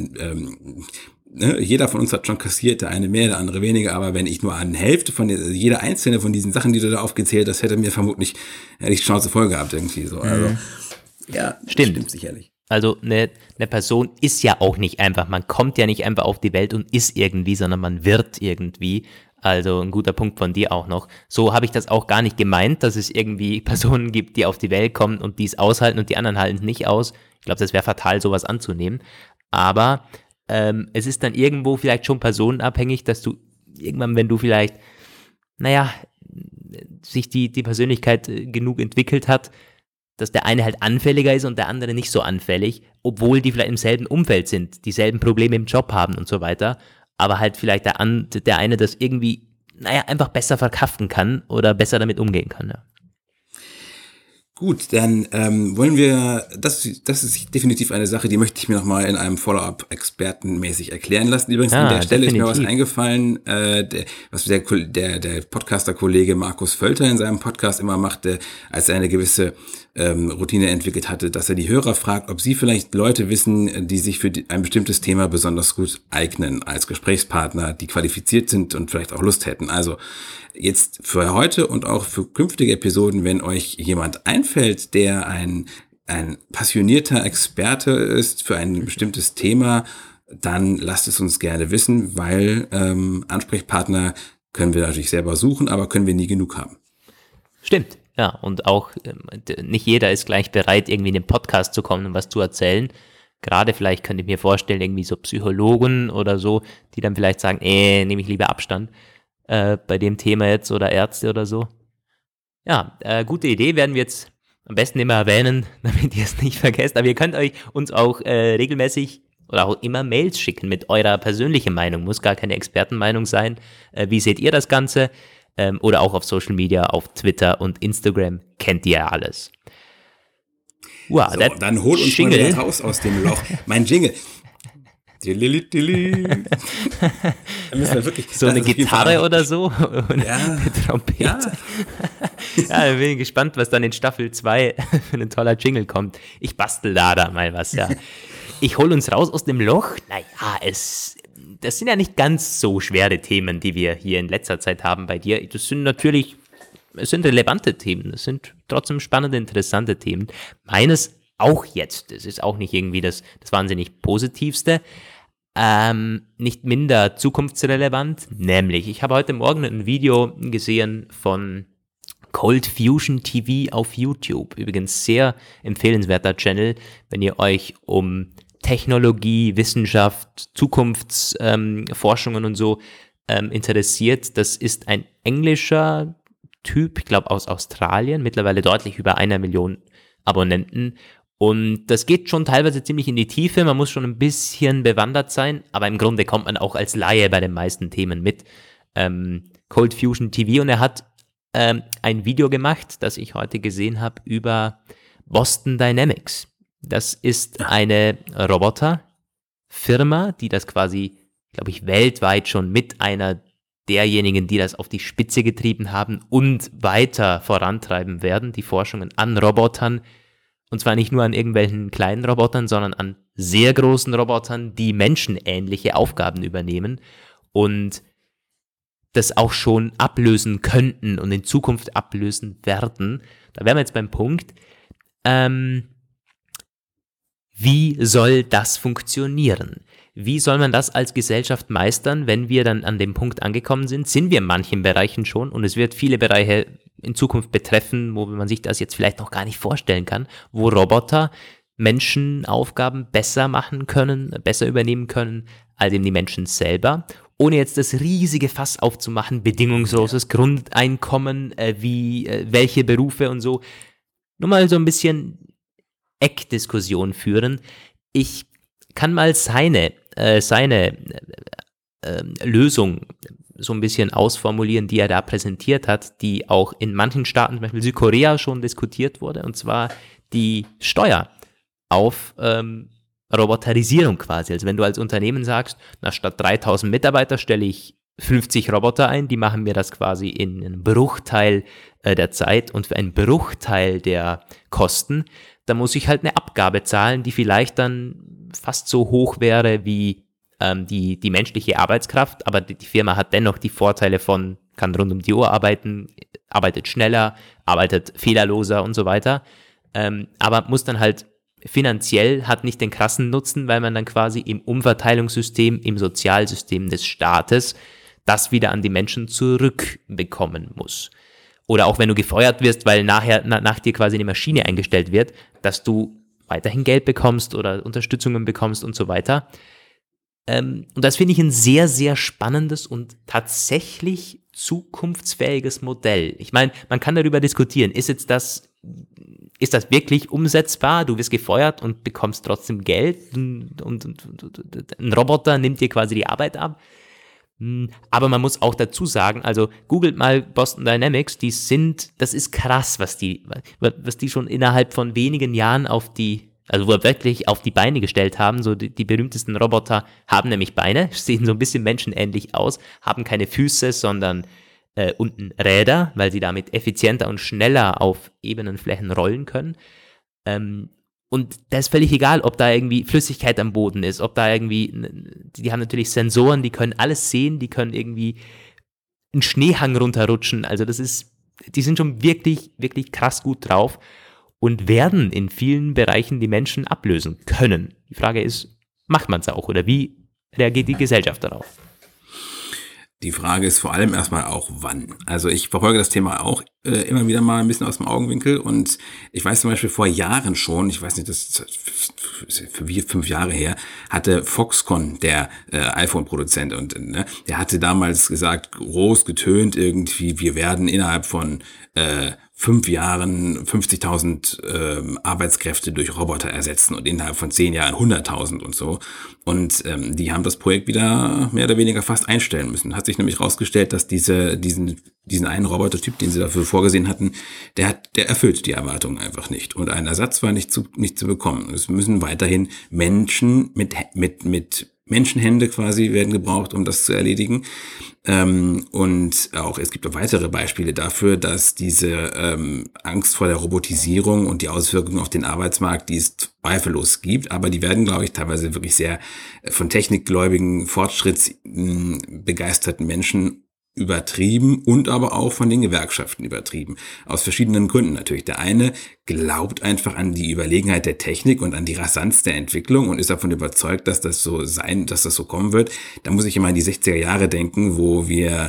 jeder von uns hat schon kassiert, der eine mehr, der andere weniger, aber wenn ich nur an Hälfte von jeder einzelne von diesen Sachen, die du da aufgezählt hast, hätte mir vermutlich die Schnauze voll gehabt irgendwie so. Also ja, stimmt sicherlich. Also eine Person ist ja auch nicht einfach, man kommt ja nicht einfach auf die Welt und ist irgendwie, sondern man wird irgendwie. Also ein guter Punkt von dir auch noch. So habe ich das auch gar nicht gemeint, dass es irgendwie Personen gibt, die auf die Welt kommen und die es aushalten und die anderen halten es nicht aus. Ich glaube, das wäre fatal, sowas anzunehmen. Aber es ist dann irgendwo vielleicht schon personenabhängig, dass du irgendwann, wenn du vielleicht, sich die Persönlichkeit genug entwickelt hat, dass der eine halt anfälliger ist und der andere nicht so anfällig, obwohl die vielleicht im selben Umfeld sind, dieselben Probleme im Job haben und so weiter, aber halt vielleicht der eine das irgendwie, einfach besser verkraften kann oder besser damit umgehen kann. Ja. Gut, dann wollen wir, das ist definitiv eine Sache, die möchte ich mir nochmal in einem Follow-up expertenmäßig erklären lassen. Übrigens an der Stelle definitiv. Ist mir was eingefallen, was der Podcaster-Kollege Markus Völter in seinem Podcast immer machte, als er eine gewisse Routine entwickelt hatte, dass er die Hörer fragt, ob sie vielleicht Leute wissen, die sich für ein bestimmtes Thema besonders gut eignen als Gesprächspartner, die qualifiziert sind und vielleicht auch Lust hätten. Also jetzt für heute und auch für künftige Episoden, wenn euch jemand einfällt, der ein passionierter Experte ist für ein bestimmtes Thema, dann lasst es uns gerne wissen, weil Ansprechpartner können wir natürlich selber suchen, aber können wir nie genug haben. Stimmt, ja, und auch nicht jeder ist gleich bereit, irgendwie in den Podcast zu kommen und was zu erzählen. Gerade vielleicht könnte ich mir vorstellen, irgendwie so Psychologen oder so, die dann vielleicht sagen, nehme ich lieber Abstand bei dem Thema jetzt oder Ärzte oder so. Ja, gute Idee, werden wir jetzt am besten immer erwähnen, damit ihr es nicht vergesst. Aber ihr könnt uns auch regelmäßig oder auch immer Mails schicken mit eurer persönlichen Meinung. Muss gar keine Expertenmeinung sein. Wie seht ihr das Ganze? Oder auch auf Social Media, auf Twitter und Instagram kennt ihr ja alles. Wow, so, dann hol uns mal wieder raus aus dem Loch. Mein Jingle. Da müssen wir wirklich, so eine Gitarre oder so? Oder eine Trompete? Ja, da bin ich gespannt, was dann in Staffel 2 für ein toller Jingle kommt. Ich bastel da mal was, ja. Ich hol uns raus aus dem Loch. Das sind ja nicht ganz so schwere Themen, die wir hier in letzter Zeit haben bei dir. Das sind natürlich, es sind relevante Themen. Es sind trotzdem spannende, interessante Themen. Meines auch jetzt. Das ist auch nicht irgendwie das wahnsinnig Positivste. Nicht minder zukunftsrelevant. Nämlich, ich habe heute Morgen ein Video gesehen von Cold Fusion TV auf YouTube. Übrigens sehr empfehlenswerter Channel, wenn ihr euch um Technologie, Wissenschaft, Zukunftsforschungen und so interessiert. Das ist ein englischer Typ, ich glaube aus Australien, mittlerweile deutlich über 1 Million Abonnenten. Und das geht schon teilweise ziemlich in die Tiefe, man muss schon ein bisschen bewandert sein, aber im Grunde kommt man auch als Laie bei den meisten Themen mit. Cold Fusion TV, und er hat ein Video gemacht, das ich heute gesehen habe, über Boston Dynamics. Das ist eine Roboterfirma, die das quasi, glaube ich, weltweit schon mit einer derjenigen, die das auf die Spitze getrieben haben und weiter vorantreiben werden, die Forschungen an Robotern. Und zwar nicht nur an irgendwelchen kleinen Robotern, sondern an sehr großen Robotern, die menschenähnliche Aufgaben übernehmen und das auch schon ablösen könnten und in Zukunft ablösen werden. Da wären wir jetzt beim Punkt, wie soll das funktionieren? Wie soll man das als Gesellschaft meistern, wenn wir dann an dem Punkt angekommen sind? Sind wir in manchen Bereichen schon und es wird viele Bereiche in Zukunft betreffen, wo man sich das jetzt vielleicht noch gar nicht vorstellen kann, wo Roboter Menschenaufgaben besser machen können, besser übernehmen können, als eben die Menschen selber, ohne jetzt das riesige Fass aufzumachen, bedingungsloses Grundeinkommen, welche Berufe und so. Nur mal so ein bisschen Eckdiskussion führen. Ich kann mal seine Lösung so ein bisschen ausformulieren, die er da präsentiert hat, die auch in manchen Staaten, zum Beispiel Südkorea, schon diskutiert wurde, und zwar die Steuer auf Roboterisierung quasi. Also wenn du als Unternehmen sagst, na, statt 3000 Mitarbeiter stelle ich 50 Roboter ein, die machen mir das quasi in einem Bruchteil der Zeit und für einen Bruchteil der Kosten, da muss ich halt eine Abgabe zahlen, die vielleicht dann fast so hoch wäre wie die menschliche Arbeitskraft, aber die Firma hat dennoch die Vorteile von, kann rund um die Uhr arbeiten, arbeitet schneller, arbeitet fehlerloser und so weiter, aber muss dann halt finanziell, hat nicht den krassen Nutzen, weil man dann quasi im Umverteilungssystem, im Sozialsystem des Staates das wieder an die Menschen zurückbekommen muss. Oder auch wenn du gefeuert wirst, weil nachher nach dir quasi eine Maschine eingestellt wird, dass du weiterhin Geld bekommst oder Unterstützungen bekommst und so weiter. Und das finde ich ein sehr, sehr spannendes und tatsächlich zukunftsfähiges Modell. Ich meine, man kann darüber diskutieren, ist das wirklich umsetzbar? Du wirst gefeuert und bekommst trotzdem Geld und ein Roboter nimmt dir quasi die Arbeit ab. Aber man muss auch dazu sagen, also googelt mal Boston Dynamics, das ist krass, was die schon innerhalb von wenigen Jahren wirklich auf die Beine gestellt haben. So die berühmtesten Roboter haben nämlich Beine, sehen so ein bisschen menschenähnlich aus, haben keine Füße, sondern unten Räder, weil sie damit effizienter und schneller auf ebenen Flächen rollen können. Und da ist völlig egal, ob da irgendwie Flüssigkeit am Boden ist, ob da irgendwie, die haben natürlich Sensoren, die können alles sehen, die können irgendwie einen Schneehang runterrutschen. Also die sind schon wirklich, wirklich krass gut drauf und werden in vielen Bereichen die Menschen ablösen können. Die Frage ist, macht man es auch oder wie reagiert die Gesellschaft darauf? Die Frage ist vor allem erstmal auch, wann. Also ich verfolge das Thema auch immer wieder mal ein bisschen aus dem Augenwinkel und ich weiß zum Beispiel vor Jahren schon, ich weiß nicht, das ist 5 Jahre her, hatte Foxconn, der iPhone-Produzent, und der hatte damals gesagt, groß getönt irgendwie, wir werden innerhalb von 5 Jahren 50.000 Arbeitskräfte durch Roboter ersetzen und innerhalb von 10 Jahren 100.000 und so. Und die haben das Projekt wieder mehr oder weniger fast einstellen müssen. Hat sich nämlich rausgestellt, dass diesen einen Robotertyp, den sie dafür vorgesehen hatten, der erfüllt die Erwartungen einfach nicht. Und ein Ersatz war nicht zu bekommen. Es müssen weiterhin Menschen mit Menschenhände quasi werden gebraucht, um das zu erledigen. Und auch es gibt auch weitere Beispiele dafür, dass diese Angst vor der Robotisierung und die Auswirkungen auf den Arbeitsmarkt, die es zweifellos gibt, aber die werden, glaube ich, teilweise wirklich sehr von technikgläubigen, fortschrittsbegeisterten Menschen übertrieben und aber auch von den Gewerkschaften übertrieben. Aus verschiedenen Gründen natürlich. Der eine glaubt einfach an die Überlegenheit der Technik und an die Rasanz der Entwicklung und ist davon überzeugt, dass das so kommen wird. Da muss ich immer an die 60er Jahre denken, wo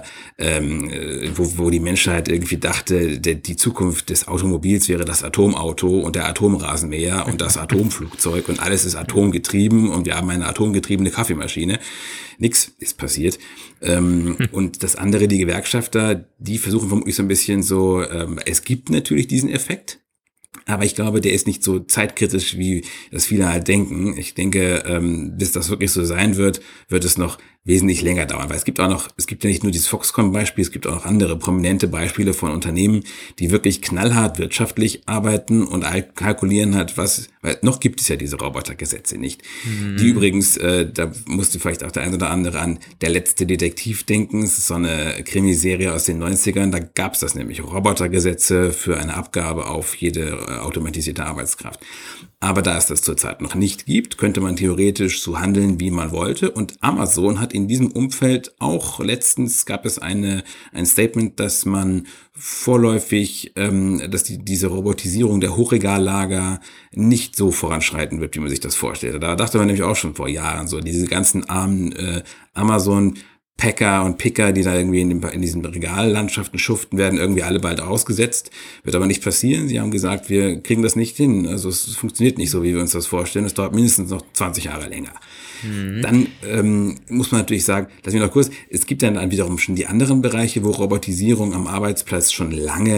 die Menschheit irgendwie dachte, die Zukunft des Automobils wäre das Atomauto und der Atomrasenmäher und das Atomflugzeug und alles ist atomgetrieben und wir haben eine atomgetriebene Kaffeemaschine. Nix ist passiert. Und das andere, die Gewerkschafter, die versuchen vermutlich so ein bisschen so, es gibt natürlich diesen Effekt, aber ich glaube, der ist nicht so zeitkritisch, wie das viele halt denken. Ich denke, bis das wirklich so sein wird es noch wesentlich länger dauern, weil es gibt ja nicht nur dieses Foxconn-Beispiel, es gibt auch noch andere prominente Beispiele von Unternehmen, die wirklich knallhart wirtschaftlich arbeiten und kalkulieren hat, weil noch gibt es ja diese Robotergesetze nicht. Die übrigens, da musste vielleicht auch der ein oder andere an Der letzte Detektiv denken, es ist so eine Krimiserie aus den 90ern, da gab es das nämlich, Robotergesetze für eine Abgabe auf jede automatisierte Arbeitskraft. Aber da es das zurzeit noch nicht gibt, könnte man theoretisch so handeln, wie man wollte. Und Amazon hat hat in diesem Umfeld auch letztens gab es ein Statement, dass man vorläufig, dass diese Robotisierung der Hochregallager nicht so voranschreiten wird, wie man sich das vorstellt. Da dachte man nämlich auch schon vor Jahren so, diese ganzen armen Amazon-Packer und Picker, die da irgendwie in diesen Regallandschaften schuften, werden irgendwie alle bald ausgesetzt. Wird aber nicht passieren. Sie haben gesagt, wir kriegen das nicht hin. Also es funktioniert nicht so, wie wir uns das vorstellen. Es dauert mindestens noch 20 Jahre länger. Dann muss man natürlich sagen, lass mich noch kurz, es gibt dann wiederum schon die anderen Bereiche, wo Robotisierung am Arbeitsplatz schon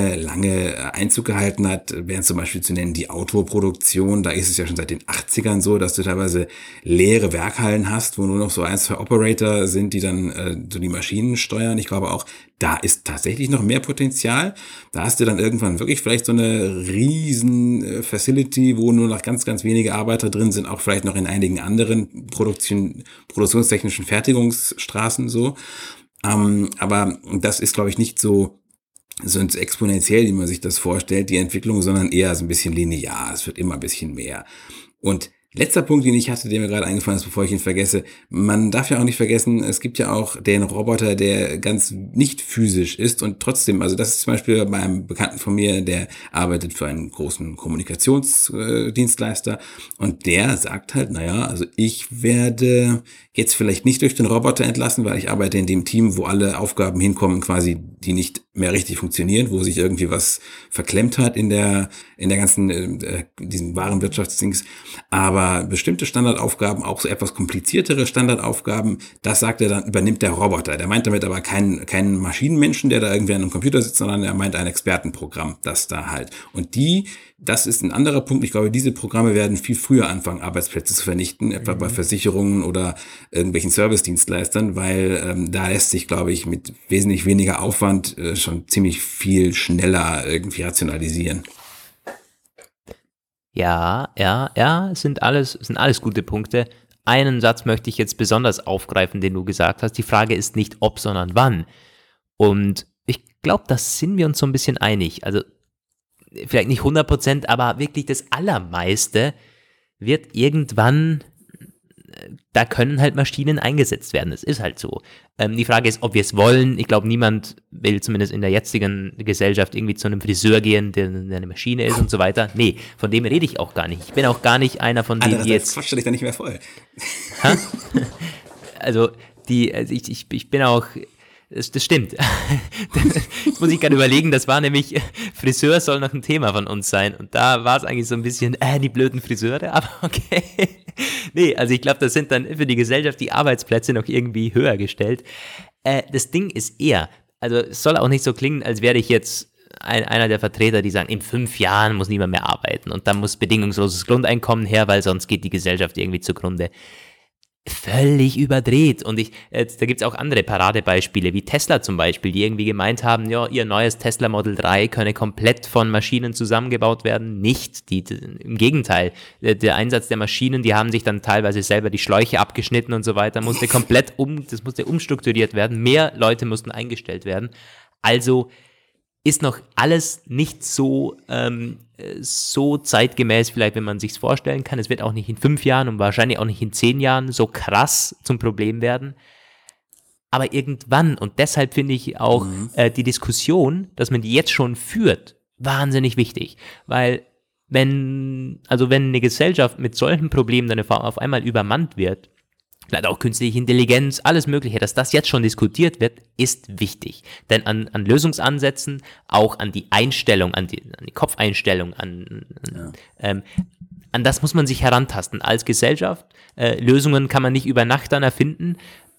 lange Einzug gehalten hat, wären zum Beispiel zu nennen die Autoproduktion. Da ist es ja schon seit den 80ern so, dass du teilweise leere Werkhallen hast, wo nur noch so 1, 2 Operator sind, die dann so die Maschinen steuern. Ich glaube auch, da ist tatsächlich noch mehr Potenzial. Da hast du dann irgendwann wirklich vielleicht so eine riesen Facility, wo nur noch ganz wenige Arbeiter drin sind, auch vielleicht noch in einigen anderen produktionstechnischen Fertigungsstraßen so. Aber das ist, glaube ich, nicht so exponentiell, wie man sich das vorstellt, die Entwicklung, sondern eher so ein bisschen linear. Es wird immer ein bisschen mehr. Und letzter Punkt, den ich hatte, der mir gerade eingefallen ist, bevor ich ihn vergesse. Man darf ja auch nicht vergessen, es gibt ja auch den Roboter, der ganz nicht physisch ist und trotzdem, also das ist zum Beispiel bei einem Bekannten von mir, der arbeitet für einen großen Kommunikationsdienstleister und der sagt halt, naja, also ich werde jetzt vielleicht nicht durch den Roboter entlassen, weil ich arbeite in dem Team, wo alle Aufgaben hinkommen, quasi, die nicht mehr richtig funktionieren, wo sich irgendwie was verklemmt hat in der ganzen, diesen Warenwirtschaftsdings, aber bestimmte Standardaufgaben, auch so etwas kompliziertere Standardaufgaben, das sagt er dann, übernimmt der Roboter. Der meint damit aber keinen Maschinenmenschen, der da irgendwie an einem Computer sitzt, sondern er meint ein Expertenprogramm, das da halt. Und das ist ein anderer Punkt. Ich glaube, diese Programme werden viel früher anfangen, Arbeitsplätze zu vernichten, etwa bei Versicherungen oder irgendwelchen Servicedienstleistern, weil da lässt sich, glaube ich, mit wesentlich weniger Aufwand schon ziemlich viel schneller irgendwie rationalisieren. Ja, sind alles gute Punkte. Einen Satz möchte ich jetzt besonders aufgreifen, den du gesagt hast. Die Frage ist nicht ob, sondern wann. Und ich glaube, da sind wir uns so ein bisschen einig. Also vielleicht nicht 100%, aber wirklich das Allermeiste wird irgendwann, da können halt Maschinen eingesetzt werden. Es ist halt so. Die Frage ist, ob wir es wollen. Ich glaube, niemand will zumindest in der jetzigen Gesellschaft irgendwie zu einem Friseur gehen, der eine Maschine ist und so weiter. Nee, von dem rede ich auch gar nicht. Ich bin auch gar nicht einer von denen, die jetzt... Quatsch dich da nicht mehr voll. Also, ich bin auch... Das stimmt. Das muss ich gerade überlegen, das war nämlich, Friseur soll noch ein Thema von uns sein und da war es eigentlich so ein bisschen, die blöden Friseure, aber okay. Nee, also ich glaube, das sind dann für die Gesellschaft die Arbeitsplätze noch irgendwie höher gestellt. Das Ding ist eher, also es soll auch nicht so klingen, als wäre ich jetzt einer der Vertreter, die sagen, in 5 Jahren muss niemand mehr arbeiten und dann muss bedingungsloses Grundeinkommen her, weil sonst geht die Gesellschaft irgendwie zugrunde. Völlig überdreht und da gibt's auch andere Paradebeispiele, wie Tesla zum Beispiel, die irgendwie gemeint haben, ja, ihr neues Tesla Model 3 könne komplett von Maschinen zusammengebaut werden. Nicht, im Gegenteil, der Einsatz der Maschinen, die haben sich dann teilweise selber die Schläuche abgeschnitten und so weiter, das musste umstrukturiert werden, mehr Leute mussten eingestellt werden. Also ist noch alles nicht so zeitgemäß, vielleicht, wenn man sich's vorstellen kann. Es wird auch nicht in 5 Jahren und wahrscheinlich auch nicht in 10 Jahren so krass zum Problem werden. Aber irgendwann, und deshalb finde ich auch die Diskussion, dass man die jetzt schon führt, wahnsinnig wichtig. Weil wenn eine Gesellschaft mit solchen Problemen dann auf einmal übermannt wird, vielleicht auch künstliche Intelligenz, alles Mögliche, dass das jetzt schon diskutiert wird, ist wichtig. Denn an Lösungsansätzen, auch an die Einstellung, an die Kopfeinstellung, an das muss man sich herantasten als Gesellschaft. Lösungen kann man nicht über Nacht dann erfinden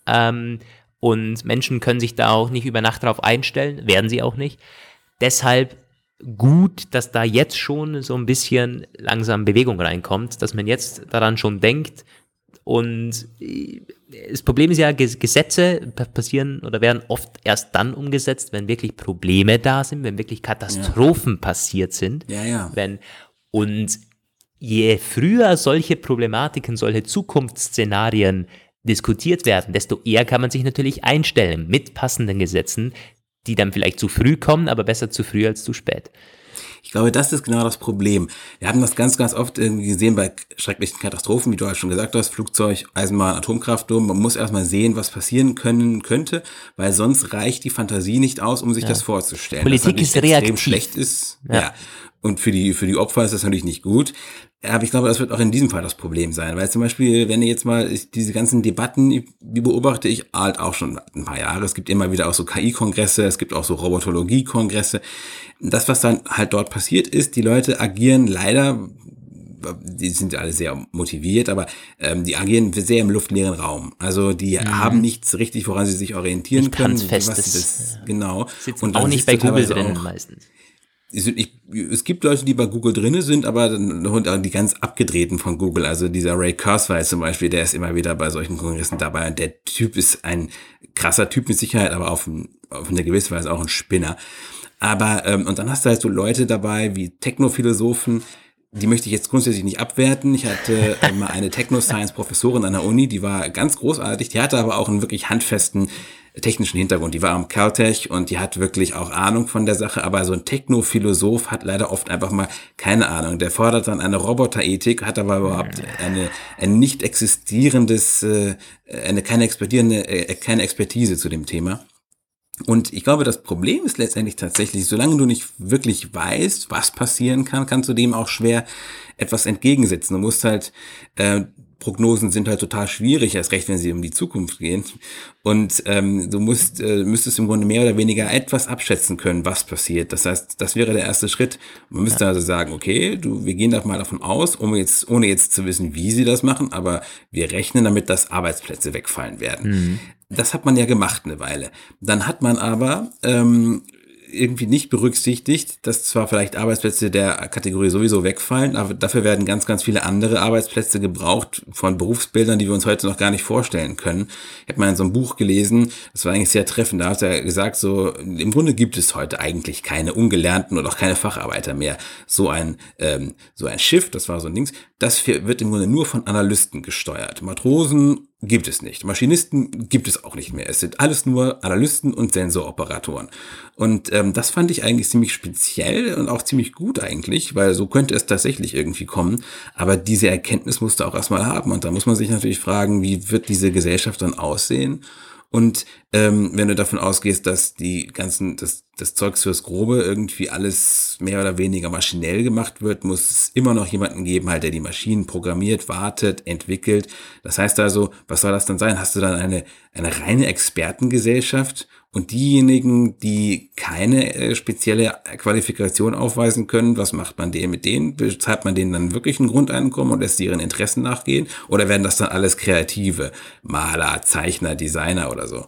und Menschen können sich da auch nicht über Nacht drauf einstellen, werden sie auch nicht. Deshalb gut, dass da jetzt schon so ein bisschen langsam Bewegung reinkommt, dass man jetzt daran schon denkt. Und das Problem ist ja, Gesetze passieren oder werden oft erst dann umgesetzt, wenn wirklich Probleme da sind, wenn wirklich Katastrophen passiert sind. Ja. Und je früher solche Problematiken, solche Zukunftsszenarien diskutiert werden, desto eher kann man sich natürlich einstellen mit passenden Gesetzen, die dann vielleicht zu früh kommen, aber besser zu früh als zu spät. Ich glaube, das ist genau das Problem. Wir haben das ganz, ganz oft irgendwie gesehen bei schrecklichen Katastrophen, wie du halt schon gesagt hast, Flugzeug, Eisenbahn, Atomkraftturm. Man muss erstmal sehen, was passieren könnte, weil sonst reicht die Fantasie nicht aus, um sich das vorzustellen. Politik ist reaktiv. Extrem schlecht ist. Ja. Und für die Opfer ist das natürlich nicht gut. Aber ich glaube, das wird auch in diesem Fall das Problem sein. Weil zum Beispiel, wenn ihr jetzt mal diese ganzen Debatten, die beobachte ich halt auch schon ein paar Jahre. Es gibt immer wieder auch so KI-Kongresse, es gibt auch so Robotologie-Kongresse. Das, was dann halt dort passiert ist, die Leute agieren leider, die sind alle sehr motiviert, aber die agieren sehr im luftleeren Raum. Also die haben nichts richtig, woran sie sich orientieren können. Handfestes. Genau. Sitzen und auch nicht bei Google drinnen meistens. Es gibt Leute, die bei Google drinne sind, aber dann die ganz abgedrehten von Google. Also dieser Ray Kurzweil zum Beispiel, der ist immer wieder bei solchen Kongressen dabei. Und der Typ ist ein krasser Typ mit Sicherheit, aber auf eine gewisse Weise auch ein Spinner. Aber und dann hast du halt so Leute dabei wie Technophilosophen, die möchte ich jetzt grundsätzlich nicht abwerten. Ich hatte mal eine Techno-Science-Professorin an der Uni, die war ganz großartig, die hatte aber auch einen wirklich handfesten technischen Hintergrund. Die war am Caltech und die hat wirklich auch Ahnung von der Sache, aber so ein Technophilosoph hat leider oft einfach mal keine Ahnung. Der fordert dann eine Roboterethik, hat aber überhaupt ein nicht existierendes, keine Expertise zu dem Thema. Und ich glaube, das Problem ist letztendlich tatsächlich, solange du nicht wirklich weißt, was passieren kann, kannst du dem auch schwer etwas entgegensetzen. Du musst halt, Prognosen sind halt total schwierig, erst recht, wenn sie um die Zukunft gehen. Und du müsstest im Grunde mehr oder weniger etwas abschätzen können, was passiert. Das heißt, das wäre der erste Schritt. Man müsste also sagen, okay, wir gehen da mal davon aus, ohne jetzt zu wissen, wie sie das machen, aber wir rechnen damit, dass Arbeitsplätze wegfallen werden. Das hat man ja gemacht eine Weile. Dann hat man aber irgendwie nicht berücksichtigt, dass zwar vielleicht Arbeitsplätze der Kategorie sowieso wegfallen, aber dafür werden ganz, ganz viele andere Arbeitsplätze gebraucht von Berufsbildern, die wir uns heute noch gar nicht vorstellen können. Ich habe mal in so einem Buch gelesen, das war eigentlich sehr treffend, da hat er gesagt, so im Grunde gibt es heute eigentlich keine Ungelernten oder auch keine Facharbeiter mehr. So ein Schiff, das war so ein Dings, das wird im Grunde nur von Analysten gesteuert. Matrosen gibt es nicht. Maschinisten gibt es auch nicht mehr. Es sind alles nur Analysten und Sensoroperatoren. Und das fand ich eigentlich ziemlich speziell und auch ziemlich gut eigentlich, weil so könnte es tatsächlich irgendwie kommen. Aber diese Erkenntnis musst du auch erstmal haben. Und da muss man sich natürlich fragen, wie wird diese Gesellschaft dann aussehen? Und wenn du davon ausgehst, dass das Zeugs fürs Grobe irgendwie alles mehr oder weniger maschinell gemacht wird, muss es immer noch jemanden geben, halt, der die Maschinen programmiert, wartet, entwickelt. Das heißt also, was soll das dann sein? Hast du dann eine reine Expertengesellschaft und diejenigen, die keine spezielle Qualifikation aufweisen können, was macht man mit denen? Bezahlt man denen dann wirklich ein Grundeinkommen und lässt ihren Interessen nachgehen? Oder werden das dann alles Kreative? Maler, Zeichner, Designer oder so?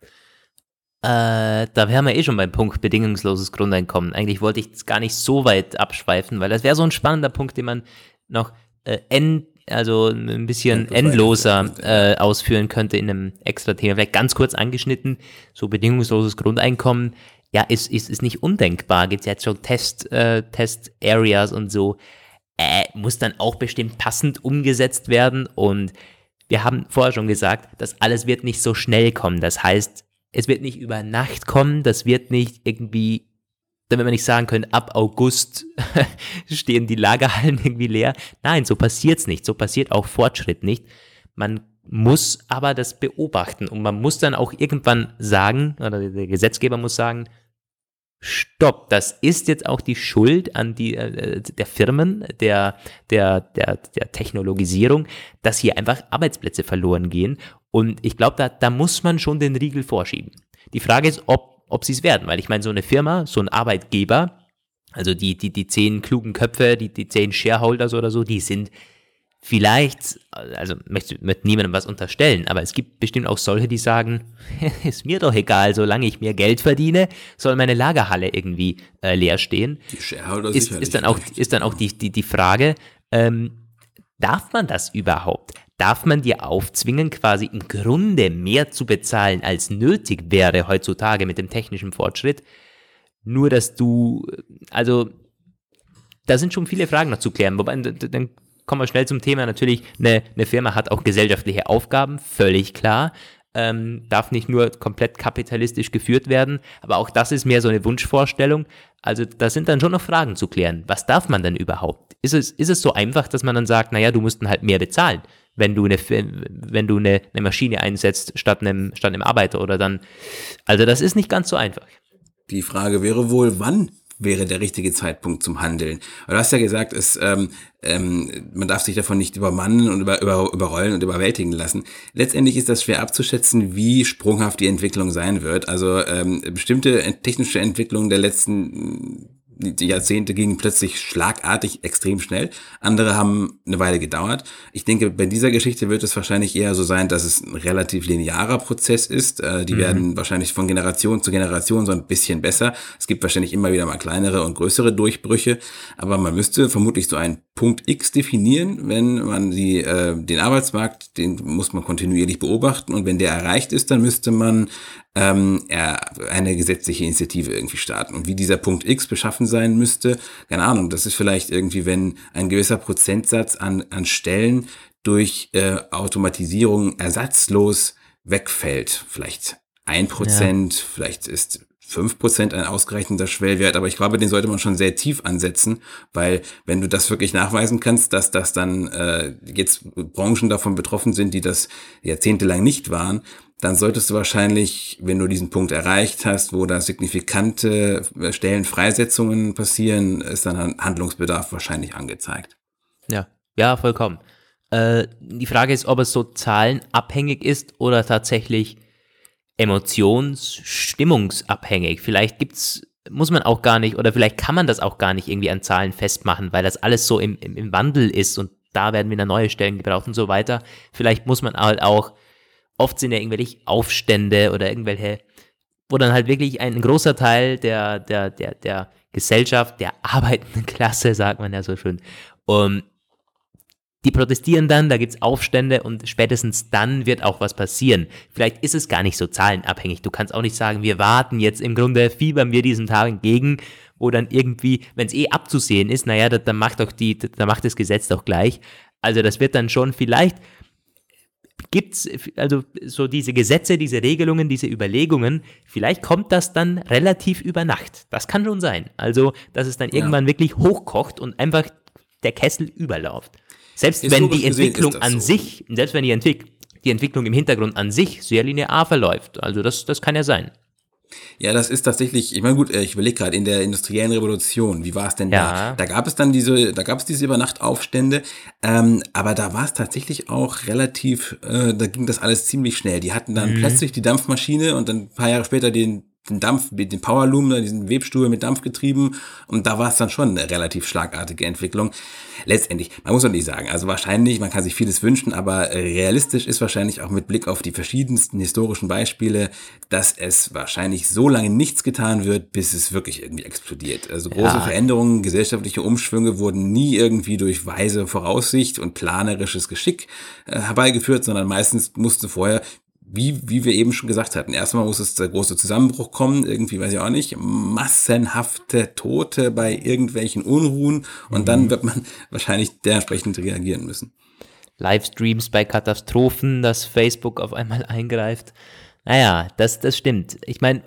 Da wären wir schon beim Punkt bedingungsloses Grundeinkommen. Eigentlich wollte ich es gar nicht so weit abschweifen, weil das wäre so ein spannender Punkt, den man noch also ein bisschen endloser ausführen könnte in einem extra Thema. Vielleicht ganz kurz angeschnitten, so bedingungsloses Grundeinkommen, ja, ist nicht undenkbar. Gibt es jetzt schon Test-Areas und so. Muss dann auch bestimmt passend umgesetzt werden. Und wir haben vorher schon gesagt, das alles wird nicht so schnell kommen. Das heißt, es wird nicht über Nacht kommen, das wird nicht irgendwie, damit wir nicht sagen können, ab August stehen die Lagerhallen irgendwie leer. Nein, so passiert's nicht, so passiert auch Fortschritt nicht. Man muss aber das beobachten und man muss dann auch irgendwann sagen, oder der Gesetzgeber muss sagen, stopp, das ist jetzt auch die Schuld an der Firmen, der Technologisierung, dass hier einfach Arbeitsplätze verloren gehen. Und ich glaube, da muss man schon den Riegel vorschieben. Die Frage ist, ob sie es werden, weil ich meine, so eine Firma, so ein Arbeitgeber, also die 10 klugen Köpfe, die 10 Shareholders oder so, die sind vielleicht, also möchte niemandem was unterstellen, aber es gibt bestimmt auch solche, die sagen, ist mir doch egal, solange ich mehr Geld verdiene, soll meine Lagerhalle irgendwie leer stehen. Die Shareholder ist dann auch die Frage, darf man das überhaupt? Darf man dir aufzwingen, quasi im Grunde mehr zu bezahlen, als nötig wäre heutzutage mit dem technischen Fortschritt? Nur, dass also da sind schon viele Fragen noch zu klären, wobei dann kommen wir schnell zum Thema. Natürlich, eine Firma hat auch gesellschaftliche Aufgaben, völlig klar. darf nicht nur komplett kapitalistisch geführt werden, aber auch das ist mehr so eine Wunschvorstellung. Also da sind dann schon noch Fragen zu klären. Was darf man denn überhaupt? Ist es so einfach, dass man dann sagt, naja, du musst dann halt mehr bezahlen, wenn du eine Maschine einsetzt statt einem Arbeiter oder dann, also das ist nicht ganz so einfach. Die Frage wäre wohl, wann wäre der richtige Zeitpunkt zum Handeln? Du hast ja gesagt, man darf sich davon nicht übermannen und überrollen und überwältigen lassen. Letztendlich ist das schwer abzuschätzen, wie sprunghaft die Entwicklung sein wird. Also bestimmte technische Entwicklungen der letzten Jahrzehnte gingen plötzlich schlagartig extrem schnell. Andere haben eine Weile gedauert. Ich denke, bei dieser Geschichte wird es wahrscheinlich eher so sein, dass es ein relativ linearer Prozess ist. Die werden wahrscheinlich von Generation zu Generation so ein bisschen besser. Es gibt wahrscheinlich immer wieder mal kleinere und größere Durchbrüche. Aber man müsste vermutlich so einen Punkt X definieren, wenn man den Arbeitsmarkt, den muss man kontinuierlich beobachten. Und wenn der erreicht ist, dann müsste man eine gesetzliche Initiative irgendwie starten. Und wie dieser Punkt X beschaffen sein müsste, keine Ahnung, das ist vielleicht irgendwie, wenn ein gewisser Prozentsatz an Stellen durch Automatisierung ersatzlos wegfällt. Vielleicht 1%, vielleicht ist 5% ein ausgereichender Schwellwert, aber ich glaube, den sollte man schon sehr tief ansetzen, weil wenn du das wirklich nachweisen kannst, dass das dann jetzt Branchen davon betroffen sind, die das jahrzehntelang nicht waren, dann solltest du wahrscheinlich, wenn du diesen Punkt erreicht hast, wo da signifikante Stellenfreisetzungen passieren, ist dann ein Handlungsbedarf wahrscheinlich angezeigt. Ja, vollkommen. Die Frage ist, ob es so zahlenabhängig ist oder tatsächlich stimmungsabhängig. Vielleicht muss man auch gar nicht, oder vielleicht kann man das auch gar nicht irgendwie an Zahlen festmachen, weil das alles so im Wandel ist und da werden wieder neue Stellen gebraucht und so weiter. Vielleicht muss man halt auch, oft sind ja irgendwelche Aufstände oder irgendwelche, wo dann halt wirklich ein großer Teil der Gesellschaft, der arbeitenden Klasse, sagt man ja so schön, die protestieren dann, da gibt's Aufstände und spätestens dann wird auch was passieren. Vielleicht ist es gar nicht so zahlenabhängig. Du kannst auch nicht sagen, wir warten jetzt, im Grunde fiebern wir diesen Tag entgegen, wo dann irgendwie, wenn es abzusehen ist, naja, dann macht das Gesetz doch gleich. Also das wird dann schon vielleicht, gibt's also so diese Gesetze, diese Regelungen, diese Überlegungen, vielleicht kommt das dann relativ über Nacht. Das kann schon sein. Also, dass es dann irgendwann wirklich hochkocht und einfach der Kessel überläuft. Selbst wenn die Entwicklung an sich, selbst wenn die Entwicklung im Hintergrund an sich sehr linear verläuft. Also das kann ja sein. Ja, das ist tatsächlich, ich meine gut, ich überlege gerade, in der industriellen Revolution, wie war es denn da? Da gab es diese Übernachtaufstände, aber da war es tatsächlich auch relativ, da ging das alles ziemlich schnell. Die hatten dann plötzlich die Dampfmaschine und dann ein paar Jahre später den Powerloom, diesen Webstuhl mit Dampfgetrieben, und da war es dann schon eine relativ schlagartige Entwicklung. Letztendlich, man muss doch nicht sagen, also wahrscheinlich, man kann sich vieles wünschen, aber realistisch ist wahrscheinlich auch mit Blick auf die verschiedensten historischen Beispiele, dass es wahrscheinlich so lange nichts getan wird, bis es wirklich irgendwie explodiert. Also große Veränderungen, gesellschaftliche Umschwünge wurden nie irgendwie durch weise Voraussicht und planerisches Geschick herbeigeführt, sondern meistens musste vorher, wie wir eben schon gesagt hatten, erstmal muss es der große Zusammenbruch kommen, irgendwie, weiß ich auch nicht, massenhafte Tote bei irgendwelchen Unruhen, und dann wird man wahrscheinlich dementsprechend reagieren müssen. Livestreams bei Katastrophen, dass Facebook auf einmal eingreift. Naja, das stimmt. Ich meine,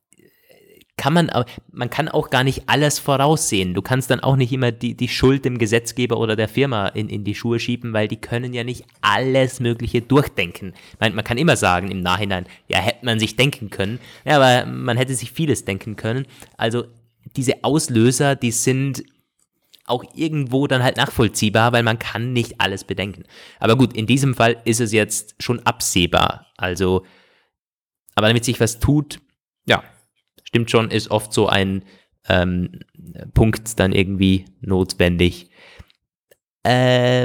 man kann auch gar nicht alles voraussehen. Du kannst dann auch nicht immer die Schuld dem Gesetzgeber oder der Firma in die Schuhe schieben, weil die können ja nicht alles Mögliche durchdenken. Man kann immer sagen im Nachhinein, ja, hätte man sich denken können. Ja, aber man hätte sich vieles denken können. Also diese Auslöser, die sind auch irgendwo dann halt nachvollziehbar, weil man kann nicht alles bedenken. Aber gut, in diesem Fall ist es jetzt schon absehbar. Also, aber damit sich was tut, ja, stimmt schon, ist oft so ein Punkt dann irgendwie notwendig. Ja,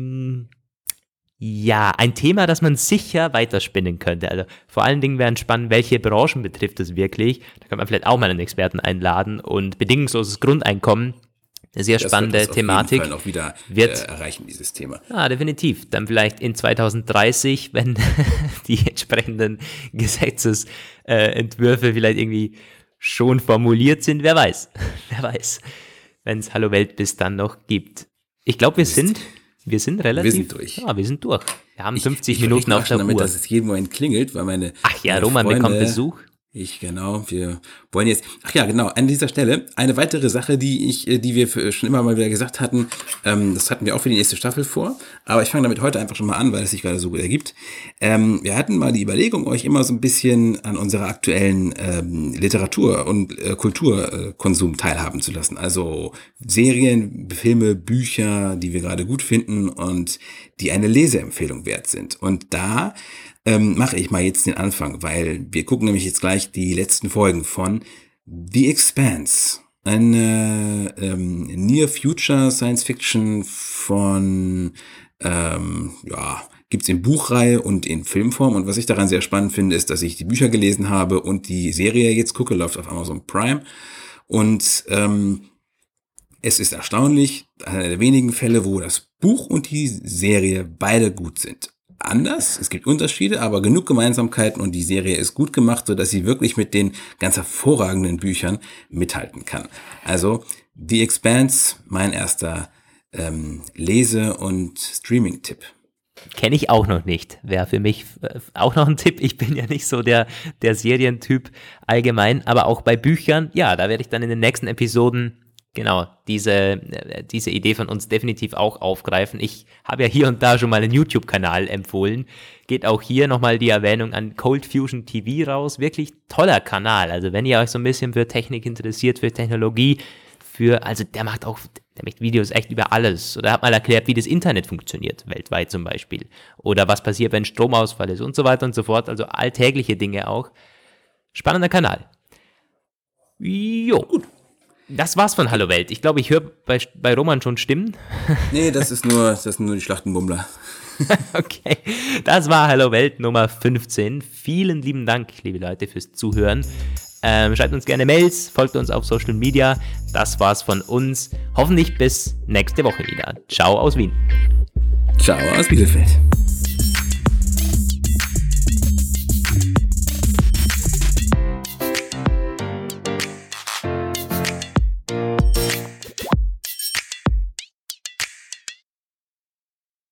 ein Thema, das man sicher weiterspinnen könnte. Also vor allen Dingen wäre spannend, welche Branchen betrifft es wirklich. Da kann man vielleicht auch mal einen Experten einladen. Und bedingungsloses Grundeinkommen, eine sehr spannende Thematik. Das wird auf jeden Fall auch wieder erreichen, dieses Thema. Ja, definitiv. Dann vielleicht in 2030, wenn die entsprechenden Gesetzesentwürfe vielleicht irgendwie schon formuliert sind. Wer weiß. Wer weiß, wenn es Hallo Welt bis dann noch gibt. Ich glaube, wir sind Wir sind relativ... Wir sind durch. Ja, wir sind durch. Wir haben 50 Minuten auf der damit, Uhr. Dass es jeden Moment klingelt, weil meine Ach ja, meine Roman Freunde, bekommt Besuch. Wir wollen jetzt, an dieser Stelle, eine weitere Sache, die wir schon immer mal wieder gesagt hatten, das hatten wir auch für die nächste Staffel vor, aber ich fange damit heute einfach schon mal an, weil es sich gerade so gut ergibt. Wir hatten mal die Überlegung, euch immer so ein bisschen an unserer aktuellen Literatur- und Kulturkonsum teilhaben zu lassen. Also Serien, Filme, Bücher, die wir gerade gut finden und die eine Leseempfehlung wert sind. Und da mache ich mal jetzt den Anfang, weil wir gucken nämlich jetzt gleich die letzten Folgen von The Expanse. Eine Near-Future Science-Fiction von, gibt's in Buchreihe und in Filmform. Und was ich daran sehr spannend finde, ist, dass ich die Bücher gelesen habe und die Serie jetzt gucke, läuft auf Amazon Prime. Und es ist erstaunlich, einer der wenigen Fälle, wo das Buch und die Serie beide gut sind. Anders, es gibt Unterschiede, aber genug Gemeinsamkeiten und die Serie ist gut gemacht, sodass sie wirklich mit den ganz hervorragenden Büchern mithalten kann. Also The Expanse, mein erster Lese- und Streaming-Tipp. Kenne ich auch noch nicht. Wäre für mich auch noch ein Tipp. Ich bin ja nicht so der Serientyp allgemein, aber auch bei Büchern, ja, da werde ich dann in den nächsten Episoden genau diese Idee von uns definitiv auch aufgreifen. Ich habe ja hier und da schon mal einen YouTube-Kanal empfohlen. Geht auch hier nochmal die Erwähnung an Cold Fusion TV raus. Wirklich toller Kanal. Also wenn ihr euch so ein bisschen für Technik interessiert, für Technologie, der macht Videos echt über alles. Oder hat mal erklärt, wie das Internet funktioniert, weltweit zum Beispiel. Oder was passiert, wenn Stromausfall ist und so weiter und so fort. Also alltägliche Dinge auch. Spannender Kanal. Jo, gut. Das war's von Hallo Welt. Ich glaube, ich höre bei Roman schon Stimmen. Nee, das ist nur die Schlachtenbummler. Okay, das war Hallo Welt Nummer 15. Vielen lieben Dank, liebe Leute, fürs Zuhören. Schreibt uns gerne Mails, folgt uns auf Social Media. Das war's von uns. Hoffentlich bis nächste Woche wieder. Ciao aus Wien. Ciao aus Bielefeld.